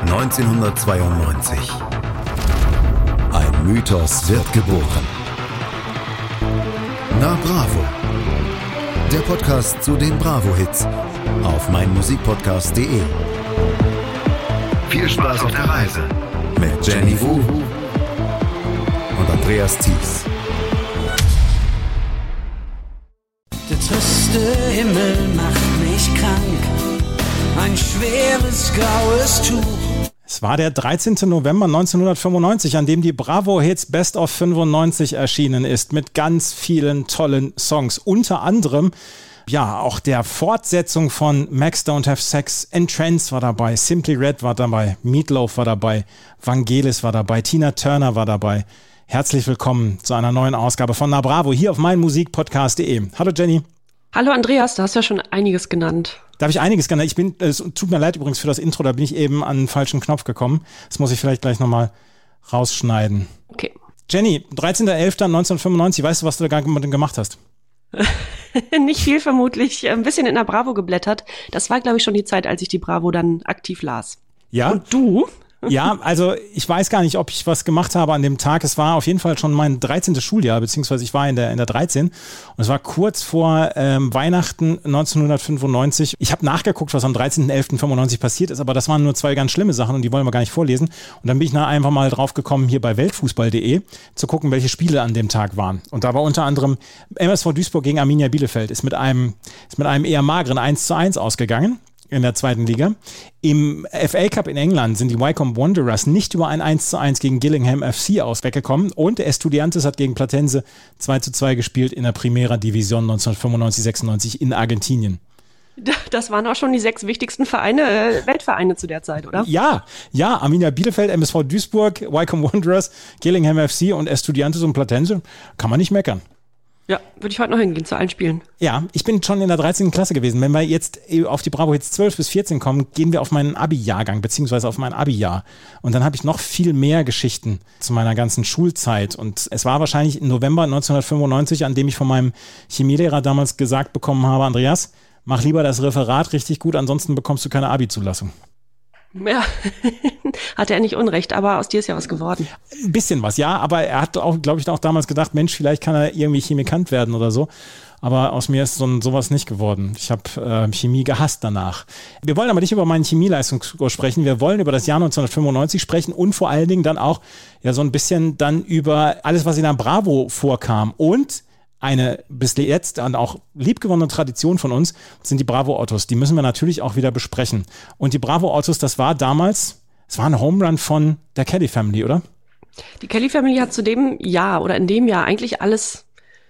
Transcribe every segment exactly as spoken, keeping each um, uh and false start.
neunzehnhundertzweiundneunzig. Ein Mythos wird geboren. Na Bravo. Der Podcast zu den Bravo-Hits auf meinmusikpodcast punkt de. Viel Spaß auf der Reise mit Jenny Wu und Andreas Thies. Der triste Himmel macht mich krank, ein schweres graues Tuch. Es war der dreizehnten November neunzehnhundertfünfundneunzig, an dem die Bravo-Hits Best of fünfundneunzig erschienen ist, mit ganz vielen tollen Songs. Unter anderem, ja, auch der Fortsetzung von Max Don't Have Sex, Entrance war dabei, Simply Red war dabei, Meatloaf war dabei, Vangelis war dabei, Tina Turner war dabei. Herzlich willkommen zu einer neuen Ausgabe von Na Bravo, hier auf meinmusikpodcast punkt de. Hallo Jenny. Hallo Andreas, du hast ja schon einiges genannt. Da habe ich einiges genannt. Ich bin, es tut mir leid übrigens für das Intro, da bin ich eben an den falschen Knopf gekommen. Das muss ich vielleicht gleich nochmal rausschneiden. Okay. Jenny, dreizehnten elften neunzehnhundertfünfundneunzig, weißt du, was du da gemacht hast? Nicht viel vermutlich, ein bisschen in der Bravo geblättert. Das war, glaube ich, schon die Zeit, als ich die Bravo dann aktiv las. Ja. Und du? Ja, also ich weiß gar nicht, ob ich was gemacht habe an dem Tag. Es war auf jeden Fall schon mein dreizehntes Schuljahr, beziehungsweise ich war in der in der dreizehn und es war kurz vor ähm, Weihnachten neunzehnhundertfünfundneunzig. Ich habe nachgeguckt, was am dreizehnten elften fünfundneunzig passiert ist, aber das waren nur zwei ganz schlimme Sachen und die wollen wir gar nicht vorlesen. Und dann bin ich nachher einfach mal drauf gekommen, hier bei weltfußball punkt de zu gucken, welche Spiele an dem Tag waren. Und da war unter anderem M S V Duisburg gegen Arminia Bielefeld, ist mit einem ist mit einem eher mageren eins zu eins ausgegangen. In der zweiten Liga. Im F A Cup in England sind die Wycombe Wanderers nicht über ein eins zu eins gegen Gillingham F C aus weggekommen und der Estudiantes hat gegen Platense zwei zu zwei gespielt in der Primera Division neunzehnhundertfünfundneunzig sechsundneunzig in Argentinien. Das waren auch schon die sechs wichtigsten Vereine, äh, Weltvereine zu der Zeit, oder? Ja, ja, Arminia Bielefeld, M S V Duisburg, Wycombe Wanderers, Gillingham F C und Estudiantes und Platense. Kann man nicht meckern. Ja, würde ich heute noch hingehen zu allen Spielen. Ja, ich bin schon in der dreizehnten Klasse gewesen. Wenn wir jetzt auf die Bravo Hits zwölf bis vierzehn kommen, gehen wir auf meinen Abi-Jahrgang, beziehungsweise auf mein Abi-Jahr. Und dann habe ich noch viel mehr Geschichten zu meiner ganzen Schulzeit. Und es war wahrscheinlich im November neunzehnhundertfünfundneunzig, an dem ich von meinem Chemielehrer damals gesagt bekommen habe, Andreas, mach lieber das Referat richtig gut, ansonsten bekommst du keine Abi-Zulassung. Ja, hat er nicht Unrecht, aber aus dir ist ja was geworden. Ein bisschen was, ja, aber er hat auch, glaube ich, auch damals gedacht, Mensch, vielleicht kann er irgendwie Chemikant werden oder so. Aber aus mir ist so ein, sowas nicht geworden. Ich habe äh, Chemie gehasst danach. Wir wollen aber nicht über meinen Chemieleistungskurs sprechen. Wir wollen über das Jahr neunzehnhundertfünfundneunzig sprechen und vor allen Dingen dann auch ja so ein bisschen dann über alles, was in der Bravo vorkam. Und eine bis jetzt dann auch liebgewonnene Tradition von uns sind die Bravo-Ottos. Die müssen wir natürlich auch wieder besprechen. Und die Bravo-Ottos, das war damals, es war ein Home Run von der Kelly Family, oder? Die Kelly Family hat zu dem Jahr oder in dem Jahr eigentlich alles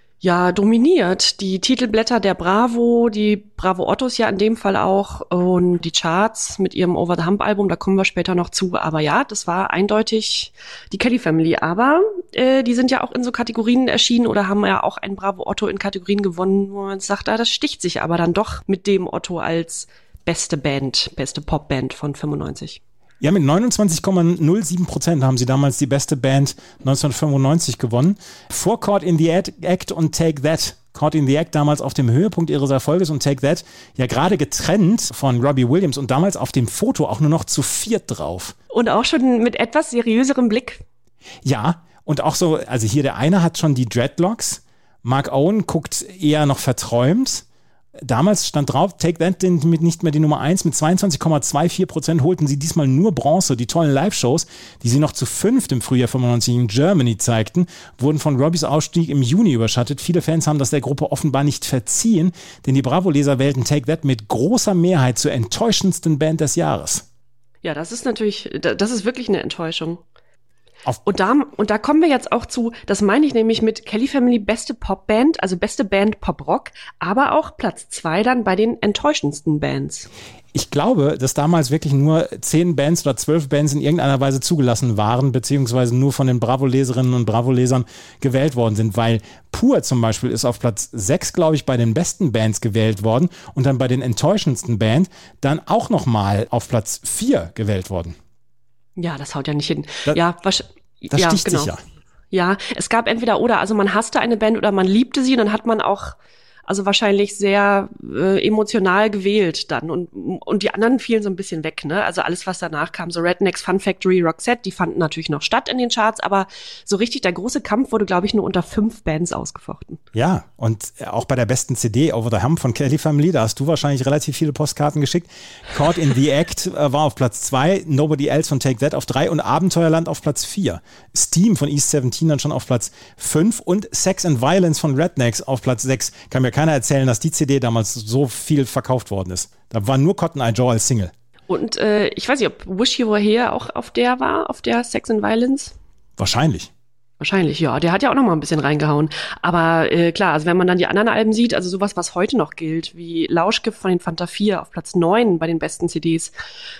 ja dominiert. Die Titelblätter der Bravo, die Bravo Ottos ja in dem Fall auch und die Charts mit ihrem Over the Hump Album, da kommen wir später noch zu. Aber ja, das war eindeutig die Kelly Family. Aber äh, die sind ja auch in so Kategorien erschienen oder haben ja auch ein Bravo Otto in Kategorien gewonnen, wo man sagt, ah, das sticht sich aber dann doch mit dem Otto als beste Band, beste Popband von fünfundneunzig. Ja, mit neunundzwanzig Komma null sieben Prozent haben sie damals die beste Band neunzehnhundertfünfundneunzig gewonnen. Vor Caught in the Act und Take That. Caught in the Act damals auf dem Höhepunkt ihres Erfolges und Take That ja gerade getrennt von Robbie Williams und damals auf dem Foto auch nur noch zu viert drauf. Und auch schon mit etwas seriöserem Blick. Ja, und auch so, also hier der eine hat schon die Dreadlocks. Mark Owen guckt eher noch verträumt. Damals stand drauf, Take That mit nicht mehr die Nummer eins. Mit zweiundzwanzig Komma vierundzwanzig Prozent holten sie diesmal nur Bronze. Die tollen Live-Shows, die sie noch zu fünft im Frühjahr fünfundneunzig in Germany zeigten, wurden von Robbys Ausstieg im Juni überschattet. Viele Fans haben das der Gruppe offenbar nicht verziehen, denn die Bravo-Leser wählten Take That mit großer Mehrheit zur enttäuschendsten Band des Jahres. Ja, das ist natürlich, das ist wirklich eine Enttäuschung. Und da, und da kommen wir jetzt auch zu, das meine ich nämlich mit Kelly Family beste Popband, also beste Band Pop-Rock, aber auch Platz zwei dann bei den enttäuschendsten Bands. Ich glaube, dass damals wirklich nur zehn Bands oder zwölf Bands in irgendeiner Weise zugelassen waren, beziehungsweise nur von den Bravo-Leserinnen und Bravo-Lesern gewählt worden sind, weil Pur zum Beispiel ist auf Platz sechs, glaube ich, bei den besten Bands gewählt worden und dann bei den enttäuschendsten Bands dann auch nochmal auf Platz vier gewählt worden. Ja, das haut ja nicht hin. Das, ja, was, das ja, sticht genau. sich ja. Ja, es gab entweder oder, also man hasste eine Band oder man liebte sie und dann hat man auch Also wahrscheinlich sehr äh, emotional gewählt dann. Und, und die anderen fielen so ein bisschen weg, ne? Also alles, was danach kam, so Rednecks, Fun Factory, Roxette, die fanden natürlich noch statt in den Charts, aber so richtig der große Kampf wurde, glaube ich, nur unter fünf Bands ausgefochten. Ja, und auch bei der besten C D, Over the Hump von Kelly Family, da hast du wahrscheinlich relativ viele Postkarten geschickt. Caught in the Act äh, war auf Platz zwei, Nobody Else von Take That auf drei und Abenteuerland auf Platz vier. Steam von East seventeen dann schon auf Platz fünf und Sex and Violence von Rednecks auf Platz sechs. Kann mir keiner erzählen, dass die C D damals so viel verkauft worden ist. Da war nur Cotton Eye Joe als Single. Und äh, ich weiß nicht, ob Wish You Were Here auch auf der war, auf der Sex and Violence? Wahrscheinlich. Wahrscheinlich, ja. Der hat ja auch noch mal ein bisschen reingehauen. Aber äh, klar, also wenn man dann die anderen Alben sieht, also sowas, was heute noch gilt, wie Lauschgift von den Fanta vier auf Platz neun bei den besten C Ds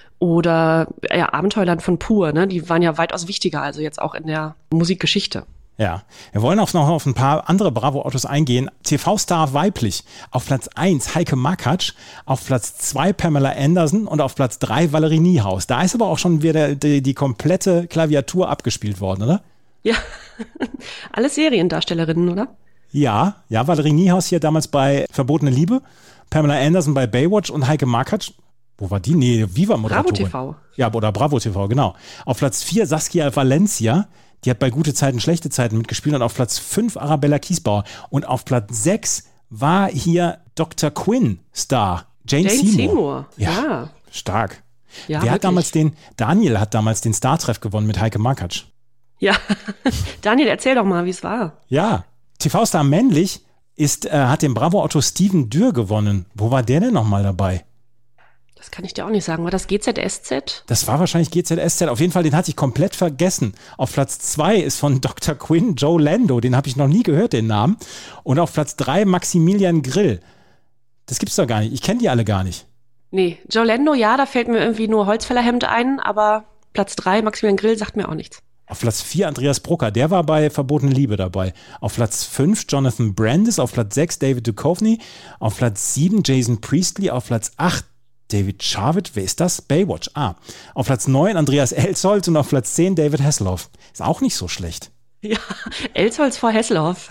oder ja, Abenteuerland von Pur, ne, die waren ja weitaus wichtiger, also jetzt auch in der Musikgeschichte. Ja, wir wollen auch noch auf ein paar andere Bravo-Autos eingehen. T V-Star weiblich. Auf Platz eins Heike Makatsch, auf Platz zwei Pamela Anderson und auf Platz drei Valerie Niehaus. Da ist aber auch schon wieder die, die komplette Klaviatur abgespielt worden, oder? Ja, alles Seriendarstellerinnen, oder? Ja, ja, Valerie Niehaus hier damals bei Verbotene Liebe, Pamela Anderson bei Baywatch und Heike Makatsch. Wo war die? Nee, Viva-Moderatorin. Bravo T V. Ja, oder Bravo T V, genau. Auf Platz vier Saskia Valencia, die hat bei Gute Zeiten, Schlechte Zeiten mitgespielt und auf Platz fünf Arabella Kiesbauer. Und auf Platz sechs war hier Doktor Quinn Star, Jane, Jane Seymour. Seymour. Ja, ja. Stark. Ja, Wer hat wirklich. damals den, Daniel hat damals den Star-Treff gewonnen mit Heike Makatsch. Ja, Daniel, erzähl doch mal, wie es war. Ja, T V-Star männlich ist, äh, hat den Bravo-Otto Steven Dürr gewonnen. Wo war der denn nochmal dabei? Das kann ich dir auch nicht sagen. War das G Z S Z? Das war wahrscheinlich G Z S Z. Auf jeden Fall, den hatte ich komplett vergessen. Auf Platz zwei ist von Doktor Quinn Joe Lando. Den habe ich noch nie gehört, den Namen. Und auf Platz drei Maximilian Grill. Das gibt's doch gar nicht. Ich kenne die alle gar nicht. Nee, Joe Lando, ja, da fällt mir irgendwie nur Holzfällerhemd ein, aber Platz drei Maximilian Grill sagt mir auch nichts. Auf Platz vier Andreas Brucker, der war bei Verbotene Liebe dabei. Auf Platz fünf Jonathan Brandis, auf Platz sechs David Duchovny, auf Platz sieben Jason Priestley, auf Platz acht David Charvet, wer ist das? Baywatch, ah. Auf Platz neun Andreas Elsholz und auf Platz zehn David Hasselhoff. Ist auch nicht so schlecht. Ja, Elsholz vor Hasselhoff.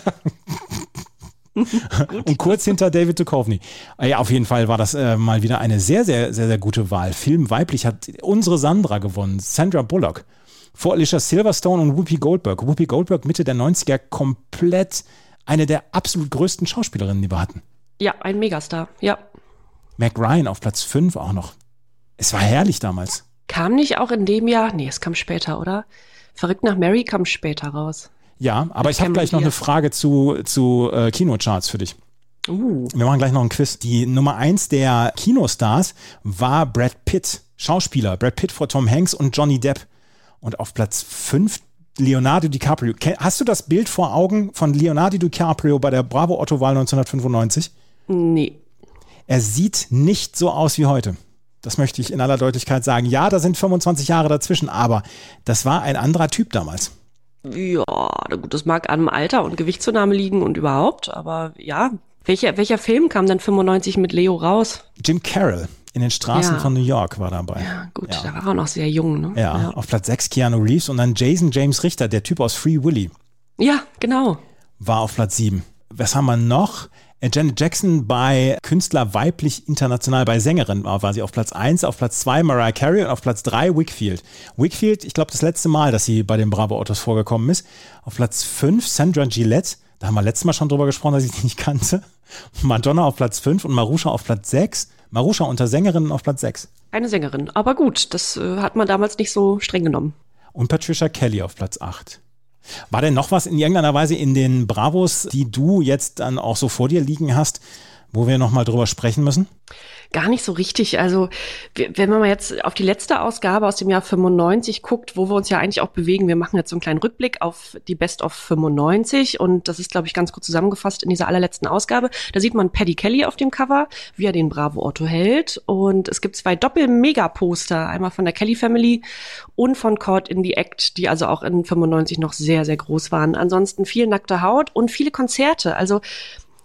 Und kurz hinter David Duchovny. Ja, auf jeden Fall war das äh, mal wieder eine sehr, sehr, sehr, sehr gute Wahl. Film weiblich hat unsere Sandra gewonnen, Sandra Bullock. Vor Alicia Silverstone und Whoopi Goldberg. Whoopi Goldberg Mitte der neunziger komplett eine der absolut größten Schauspielerinnen, die wir hatten. Ja, ein Megastar, ja. Mac Ryan auf Platz fünf auch noch. Es war herrlich damals. Kam nicht auch in dem Jahr, nee, es kam später, oder? Verrückt nach Mary kam später raus. Ja, aber Mit ich habe gleich noch Cameron eine Frage zu, zu äh, Kinocharts für dich. Uh. Wir machen gleich noch einen Quiz. Die Nummer eins der Kinostars war Brad Pitt, Schauspieler. Brad Pitt vor Tom Hanks und Johnny Depp. Und auf Platz fünf Leonardo DiCaprio. Hast du das Bild vor Augen von Leonardo DiCaprio bei der Bravo-Otto-Wahl neunzehnhundertfünfundneunzig? Nee. Er sieht nicht so aus wie heute. Das möchte ich in aller Deutlichkeit sagen. Ja, da sind fünfundzwanzig Jahre dazwischen, aber das war ein anderer Typ damals. Ja, gut, das mag am Alter und Gewichtszunahme liegen und überhaupt, aber ja. Welcher, welcher Film kam denn fünfundneunzig mit Leo raus? Jim Carroll in den Straßen Ja. von New York war dabei. Ja, gut, Ja. da war er noch sehr jung, ne? Ja, auf Platz sechs Keanu Reeves und dann Jason James Richter, der Typ aus Free Willy, Ja, genau. war auf Platz sieben. Was haben wir noch? Äh, Janet Jackson bei Künstler weiblich international, bei Sängerin war, war sie auf Platz eins, auf Platz zwei Mariah Carey und auf Platz drei Whitfield. Whitfield, ich glaube, das letzte Mal, dass sie bei den Bravo-Autos vorgekommen ist. Auf Platz fünf Sandra Gillette, da haben wir letztes Mal schon drüber gesprochen, dass ich die nicht kannte. Madonna auf Platz fünf und Marusha auf Platz sechs. Marusha unter Sängerinnen auf Platz sechs. Eine Sängerin. Aber gut, das äh, hat man damals nicht so streng genommen. Und Patricia Kelly auf Platz acht. War denn noch was in irgendeiner Weise in den Bravos, die du jetzt dann auch so vor dir liegen hast, wo wir nochmal drüber sprechen müssen? Gar nicht so richtig. Also wenn man mal jetzt auf die letzte Ausgabe aus dem Jahr fünfundneunzig guckt, wo wir uns ja eigentlich auch bewegen, wir machen jetzt so einen kleinen Rückblick auf die Best of fünfundneunzig und das ist, glaube ich, ganz gut zusammengefasst in dieser allerletzten Ausgabe. Da sieht man Paddy Kelly auf dem Cover, wie er den Bravo Otto hält und es gibt zwei Doppel-Mega-Poster, einmal von der Kelly Family und von Caught in the Act, die also auch in fünfundneunzig noch sehr, sehr groß waren. Ansonsten viel nackte Haut und viele Konzerte. Also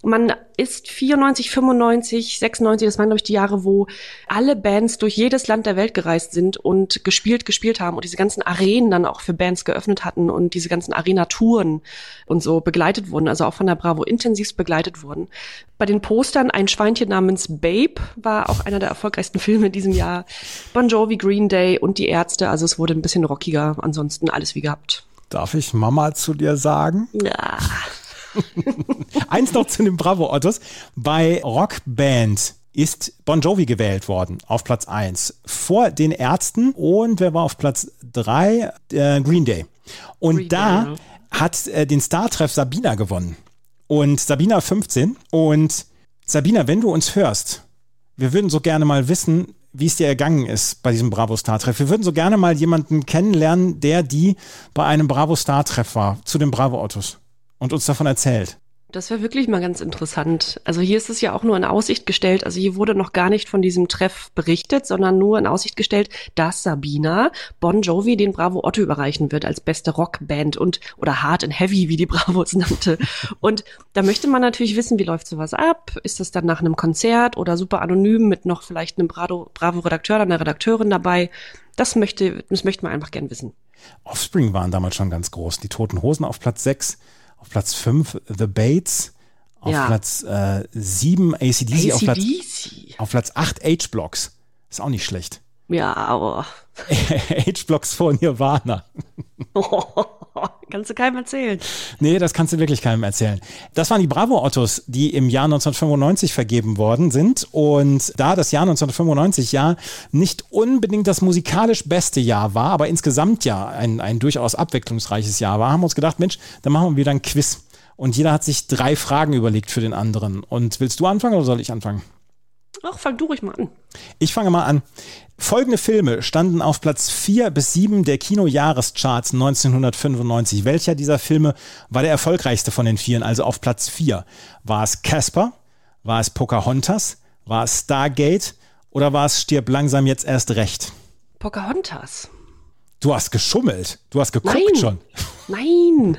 man ist vierundneunzig, fünfundneunzig, sechsundneunzig, das waren, glaube ich, die Jahre, wo alle Bands durch jedes Land der Welt gereist sind und gespielt, gespielt haben und diese ganzen Arenen dann auch für Bands geöffnet hatten und diese ganzen Arena-Touren und so begleitet wurden, also auch von der Bravo intensivst begleitet wurden. Bei den Postern ein Schweinchen namens Babe war auch einer der erfolgreichsten Filme in diesem Jahr. Bon Jovi, Green Day und die Ärzte, also es wurde ein bisschen rockiger, ansonsten alles wie gehabt. Darf ich Mama zu dir sagen? Ja. Eins noch zu den Bravo-Ottos. Bei Rockband ist Bon Jovi gewählt worden auf Platz eins. Vor den Ärzten und wer war auf Platz drei? Äh, Green Day. Und Green da Day, ja. hat äh, den Star-Treff Sabina gewonnen. Und Sabina fünfzehn. Und Sabina, wenn du uns hörst, wir würden so gerne mal wissen, wie es dir ergangen ist bei diesem Bravo-Star-Treff. Wir würden so gerne mal jemanden kennenlernen, der die bei einem Bravo-Star-Treff war, zu den Bravo-Ottos. Und uns davon erzählt. Das wäre wirklich mal ganz interessant. Also hier ist es ja auch nur in Aussicht gestellt, also hier wurde noch gar nicht von diesem Treff berichtet, sondern nur in Aussicht gestellt, dass Sabina Bon Jovi den Bravo Otto überreichen wird als beste Rockband und oder Hard and Heavy, wie die Bravo es nannte. Und da möchte man natürlich wissen, wie läuft sowas ab? Ist das dann nach einem Konzert oder super anonym mit noch vielleicht einem Bravo, Bravo-Redakteur oder einer Redakteurin dabei? Das möchte, das möchte man einfach gern wissen. Offspring waren damals schon ganz groß. Die Toten Hosen auf Platz sechs. Auf Platz fünf The Bates, auf ja. Platz äh, sieben A C D C, auf Platz, auf Platz acht H-Blocks. Ist auch nicht schlecht. Ja, aber H-Blocks vor Nirvana. Kannst du keinem erzählen. Nee, das kannst du wirklich keinem erzählen. Das waren die Bravo-Ottos, die im Jahr neunzehnhundertfünfundneunzig vergeben worden sind. Und da das Jahr neunzehnhundertfünfundneunzig ja nicht unbedingt das musikalisch beste Jahr war, aber insgesamt ja ein, ein durchaus abwechslungsreiches Jahr war, haben wir uns gedacht, Mensch, dann machen wir wieder ein Quiz. Und jeder hat sich drei Fragen überlegt für den anderen. Und willst du anfangen oder soll ich anfangen? Ach, fang du ruhig mal an. Ich fange mal an. Folgende Filme standen auf Platz vier bis sieben der Kinojahrescharts neunzehnhundertfünfundneunzig. Welcher dieser Filme war der erfolgreichste von den vieren, also auf Platz vier? War es Casper? War es Pocahontas? War es Stargate? Oder war es Stirb langsam jetzt erst recht? Pocahontas. Du hast geschummelt. Du hast geguckt Nein. schon. Nein.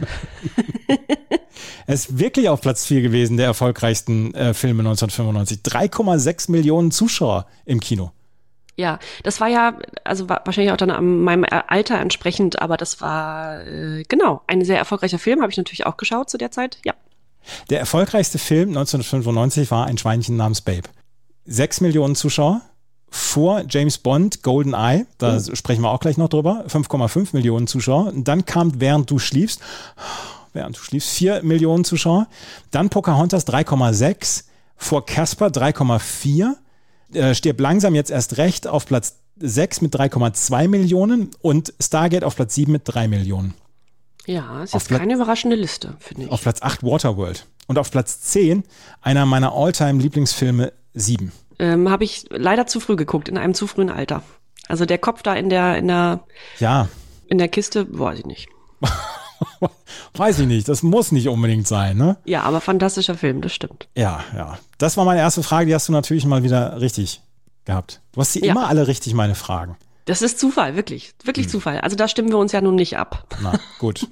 Es ist wirklich auf Platz vier gewesen, der erfolgreichsten äh, Filme neunzehnhundertfünfundneunzig. drei Komma sechs Millionen Zuschauer im Kino. Ja, das war ja, also war wahrscheinlich auch dann an meinem Alter entsprechend, aber das war, äh, genau, ein sehr erfolgreicher Film, habe ich natürlich auch geschaut zu der Zeit, ja. Der erfolgreichste Film neunzehnhundertfünfundneunzig war ein Schweinchen namens Babe. Sechs Millionen Zuschauer, vor James Bond, GoldenEye, da oh. sprechen wir auch gleich noch drüber, fünf Komma fünf Millionen Zuschauer. Und dann kam Während du schliefst, während du schliefst, vier Millionen Zuschauer. Dann Pocahontas drei Komma sechs, vor Casper drei Komma vier. Äh, Stirb langsam jetzt erst recht auf Platz sechs mit drei Komma zwei Millionen und Stargate auf Platz sieben mit drei Millionen. Ja, ist jetzt keine überraschende Liste, finde ich. Auf Platz acht Waterworld und auf Platz zehn einer meiner All-Time-Lieblingsfilme sieben. Ähm, habe ich leider zu früh geguckt, in einem zu frühen Alter. Also der Kopf da in der in der ja. in der Kiste, weiß ich nicht. Weiß ich nicht, das muss nicht unbedingt sein, ne? Ja, aber fantastischer Film, das stimmt. Ja, ja. Das war meine erste Frage, die hast du natürlich mal wieder richtig gehabt. Du hast sie ja. immer alle richtig, meine Fragen. Das ist Zufall, wirklich. Wirklich hm. Zufall. Also da stimmen wir uns ja nun nicht ab. Na, gut.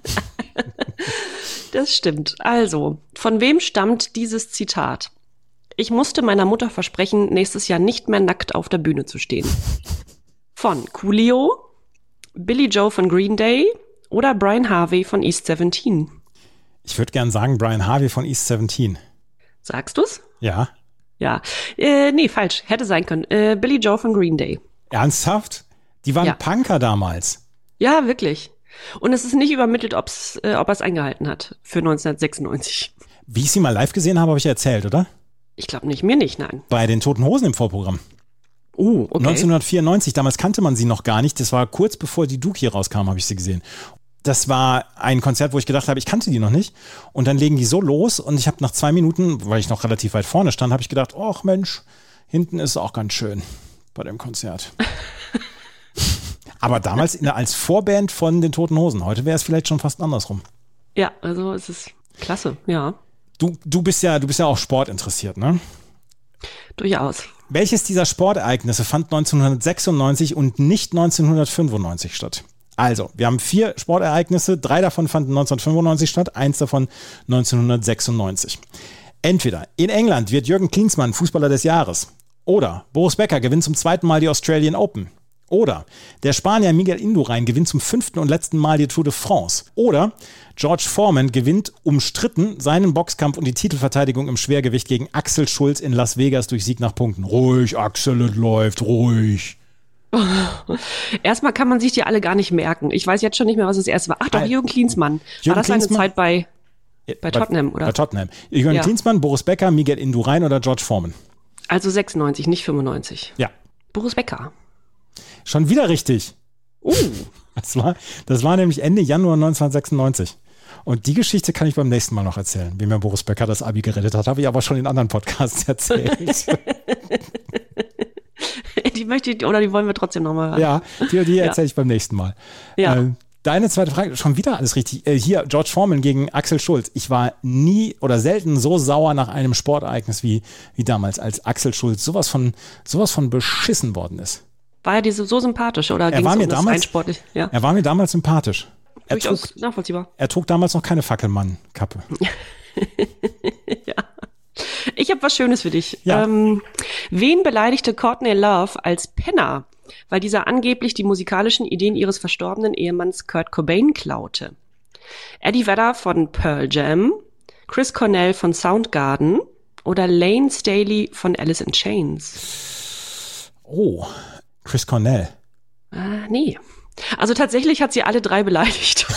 Das stimmt. Also, von wem stammt dieses Zitat? Ich musste meiner Mutter versprechen, nächstes Jahr nicht mehr nackt auf der Bühne zu stehen. Von Coolio, Billy Joe von Green Day oder Brian Harvey von East seventeen? Ich würde gern sagen Brian Harvey von East seventeen. Sagst du's? Ja. Ja. Äh, nee, falsch. Hätte sein können. Äh, Billy Joe von Green Day. Ernsthaft? Die waren ja. Punker damals. Ja, wirklich. Und es ist nicht übermittelt, ob's, äh, ob er es eingehalten hat für neunzehnhundertsechsundneunzig. Wie ich sie mal live gesehen habe, habe ich erzählt, oder? Ich glaube nicht, mir nicht, nein. Bei den Toten Hosen im Vorprogramm. Uh, okay. neunzehnhundertvierundneunzig, damals kannte man sie noch gar nicht. Das war kurz bevor die Dookie rauskam, habe ich sie gesehen. Das war ein Konzert, wo ich gedacht habe, ich kannte die noch nicht. Und dann legen die so los und ich habe nach zwei Minuten, weil ich noch relativ weit vorne stand, habe ich gedacht, ach Mensch, hinten ist es auch ganz schön bei dem Konzert. Aber damals in der, als Vorband von den Toten Hosen. Heute wäre es vielleicht schon fast andersrum. Ja, also es ist klasse, ja. Du, du bist ja, du bist ja auch sportinteressiert, ne? Durchaus. Welches dieser Sportereignisse fand neunzehnhundertsechsundneunzig und nicht neunzehnhundertfünfundneunzig statt? Also, wir haben vier Sportereignisse, drei davon fanden neunzehnhundertfünfundneunzig statt, eins davon neunzehnhundertsechsundneunzig. Entweder in England wird Jürgen Klinsmann Fußballer des Jahres oder Boris Becker gewinnt zum zweiten Mal die Australian Open oder der Spanier Miguel Indurain gewinnt zum fünften und letzten Mal die Tour de France oder George Foreman gewinnt umstritten seinen Boxkampf und die Titelverteidigung im Schwergewicht gegen Axel Schulz in Las Vegas durch Sieg nach Punkten. Ruhig, Axel, es läuft, ruhig. Erstmal kann man sich die alle gar nicht merken. Ich weiß jetzt schon nicht mehr, was das erste war. Ach doch, Jürgen Klinsmann. Jürgen war das Klinsmann? seine Zeit bei, bei Tottenham, oder? Bei Tottenham. Jürgen Ja. Klinsmann, Boris Becker, Miguel Indurain oder George Foreman? Also sechsundneunzig, nicht fünfundneunzig. Ja. Boris Becker. Schon wieder richtig. Uh. Das war, das war nämlich Ende Januar neunzehnhundertsechsundneunzig. Und die Geschichte kann ich beim nächsten Mal noch erzählen, wie mir Boris Becker das Abi gerettet hat. Habe ich aber schon in anderen Podcasts erzählt. Die möchte ich, oder die wollen wir trotzdem nochmal hören. Ja, die, die erzähle ich beim nächsten Mal. Ja. Ähm, deine zweite Frage, schon wieder alles richtig. Äh, hier, George Foreman gegen Axel Schulz. Ich war nie oder selten so sauer nach einem Sportereignis wie, wie damals, als Axel Schulz sowas von, sowas von beschissen worden ist. War er diese so sympathisch oder Er ging es war um mir das damals- rein sportlich? Ja, Er war mir damals sympathisch. Er durchaus trug, nachvollziehbar. er trug damals noch keine Fackelmann-Kappe. Ja. Ich habe was Schönes für dich. Ja. Ähm, wen beleidigte Courtney Love als Penner, weil dieser angeblich die musikalischen Ideen ihres verstorbenen Ehemanns Kurt Cobain klaute? Eddie Vedder von Pearl Jam, Chris Cornell von Soundgarden oder Lane Staley von Alice in Chains? Oh, Chris Cornell. Äh, nee. Also tatsächlich hat sie alle drei beleidigt.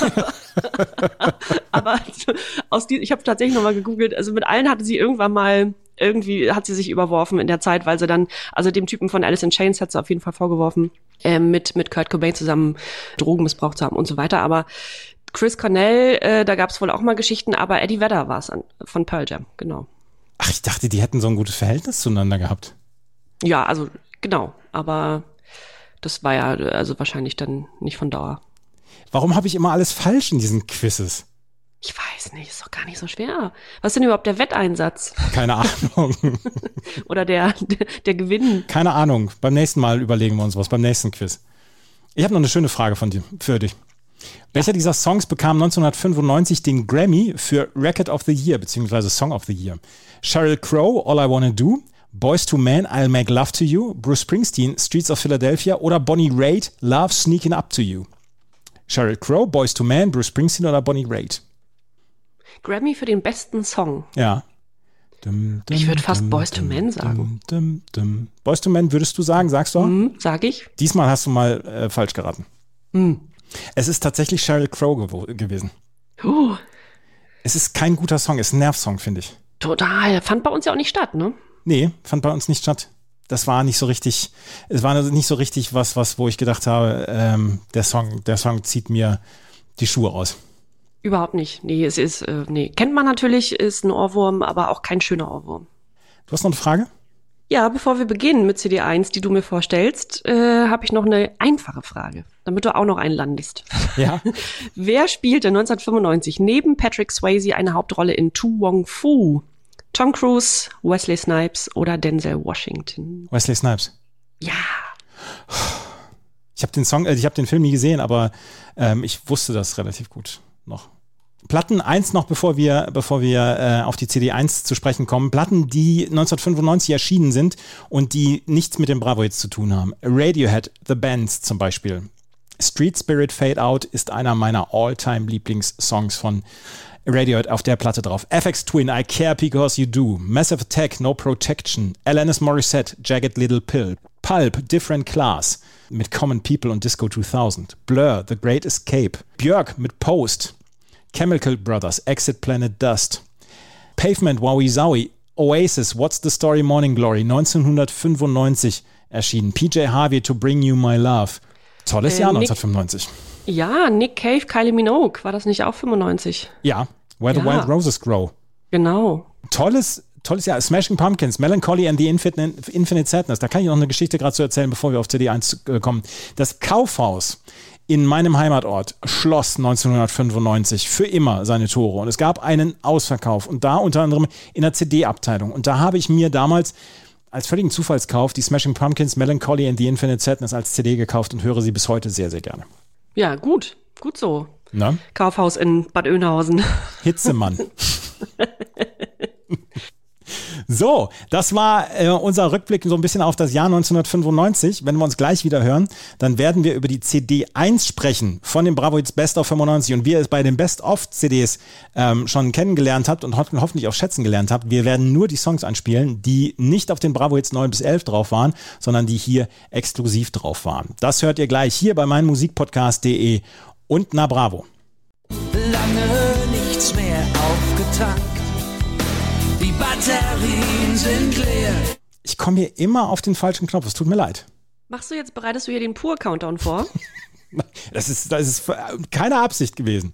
Aber aus die, ich habe tatsächlich nochmal gegoogelt, also mit allen hatte sie irgendwann mal, irgendwie hat sie sich überworfen in der Zeit, weil sie dann, also dem Typen von Alice in Chains hat sie auf jeden Fall vorgeworfen, äh, mit, mit Kurt Cobain zusammen Drogen missbraucht zu haben und so weiter. Aber Chris Cornell, äh, da gab es wohl auch mal Geschichten, aber Eddie Vedder war es von Pearl Jam, genau. Ach, ich dachte, die hätten so ein gutes Verhältnis zueinander gehabt. Ja, also genau, aber das war ja also wahrscheinlich dann nicht von Dauer. Warum habe ich immer alles falsch in diesen Quizzes? Ich weiß nicht, ist doch gar nicht so schwer. Was ist denn überhaupt der Wetteinsatz? Keine Ahnung. Oder der, der, der Gewinn? Keine Ahnung. Beim nächsten Mal überlegen wir uns was, beim nächsten Quiz. Ich habe noch eine schöne Frage von dir, für dich. Welcher dieser Songs bekam neunzehnhundertfünfundneunzig den Grammy für Record of the Year, beziehungsweise Song of the Year? Sheryl Crow, All I Wanna Do, Boyz two Men, I'll Make Love to You, Bruce Springsteen, Streets of Philadelphia oder Bonnie Raitt, Love Sneaking Up to You? Sheryl Crow, Boyz two Men, Bruce Springsteen oder Bonnie Raitt? Grammy für den besten Song. Ja. Dum, dum, Ich würde fast dum, Boyz two dum, Men sagen. Dum, dum, dum. Boyz two Men würdest du sagen, sagst du? Hm, sag ich. Diesmal hast du mal äh, falsch geraten. Hm. Es ist tatsächlich Sheryl Crow gewo- gewesen. Uh, Es ist kein guter Song, es ist ein Nervsong, finde ich. total. Fand bei uns ja auch nicht statt, ne? Nee, fand bei uns nicht statt. Das war nicht so richtig, es war nicht so richtig was, was, wo ich gedacht habe, ähm, der Song, der Song zieht mir die Schuhe aus. Überhaupt nicht. Nee, es ist, äh, nee. Kennt man natürlich, ist ein Ohrwurm, aber auch kein schöner Ohrwurm. Du hast noch eine Frage? Ja, bevor wir beginnen mit C D eins, die du mir vorstellst, äh, habe ich noch eine einfache Frage, damit du auch noch einen landest. Ja. Wer spielte neunzehnhundertfünfundneunzig neben Patrick Swayze eine Hauptrolle in To Wong Foo? Tom Cruise, Wesley Snipes oder Denzel Washington? Wesley Snipes. Ja. Ich habe den Song, äh, ich habe den Film nie gesehen, aber ähm, ich wusste das relativ gut noch. Platten eins noch, bevor wir, bevor wir äh, auf die C D eins zu sprechen kommen. Platten, die neunzehnhundertfünfundneunzig erschienen sind und die nichts mit dem Bravo-Hits zu tun haben. Radiohead, The Bands zum Beispiel. Street Spirit Fade Out ist einer meiner All-Time-Lieblingssongs von Radiohead auf der Platte drauf. F X Twin, I Care Because You Do. Massive Attack, No Protection. Alanis Morissette, Jagged Little Pill. Pulp, Different Class mit Common People und Disco zweitausend. Blur, The Great Escape. Björk mit Post. Chemical Brothers, Exit Planet Dust. Pavement, Wowie Zowie. Oasis, What's the Story, Morning Glory. neunzehnhundertfünfundneunzig erschienen. P J Harvey, To Bring You My Love. Tolles Äh, Jahr Nick- neunzehnhundertfünfundneunzig. Ja, Nick Cave, Kylie Minogue. War das nicht auch fünfundneunzig? Ja, Where the Ja. Wild Roses Grow. Genau. Tolles, tolles Jahr. Smashing Pumpkins, Melancholy and the Infinite, Infinite Sadness. Da kann ich noch eine Geschichte gerade zu erzählen, bevor wir auf C D eins äh, kommen. Das Kaufhaus in meinem Heimatort schloss neunzehnhundertfünfundneunzig für immer seine Tore. Und es gab einen Ausverkauf. Und da unter anderem in der C D-Abteilung. Und da habe ich mir damals als völligen Zufallskauf die Smashing Pumpkins, Melancholy and the Infinite Sadness als C D gekauft und höre sie bis heute sehr, sehr gerne. Ja, gut. Gut so. Na? Kaufhaus in Bad Oeynhausen. Hitzemann. So, das war äh, unser Rückblick so ein bisschen auf das Jahr neunzehnhundertfünfundneunzig. Wenn wir uns gleich wieder hören, dann werden wir über die C D eins sprechen von dem Bravo Hits Best of fünfundneunzig. Und wie ihr es bei den Best-of-C Ds ähm, schon kennengelernt habt und ho- hoffentlich auch schätzen gelernt habt, wir werden nur die Songs anspielen, die nicht auf den Bravo Hits neun bis elf drauf waren, sondern die hier exklusiv drauf waren. Das hört ihr gleich hier bei meinmusikpodcast punkt de und Na Bravo. Lange nichts mehr aufgetankt. Die Batterien sind leer. Ich komme hier immer auf den falschen Knopf, es tut mir leid. Machst du jetzt, bereitest du hier den Pur-Countdown vor? Das ist, das ist keine Absicht gewesen.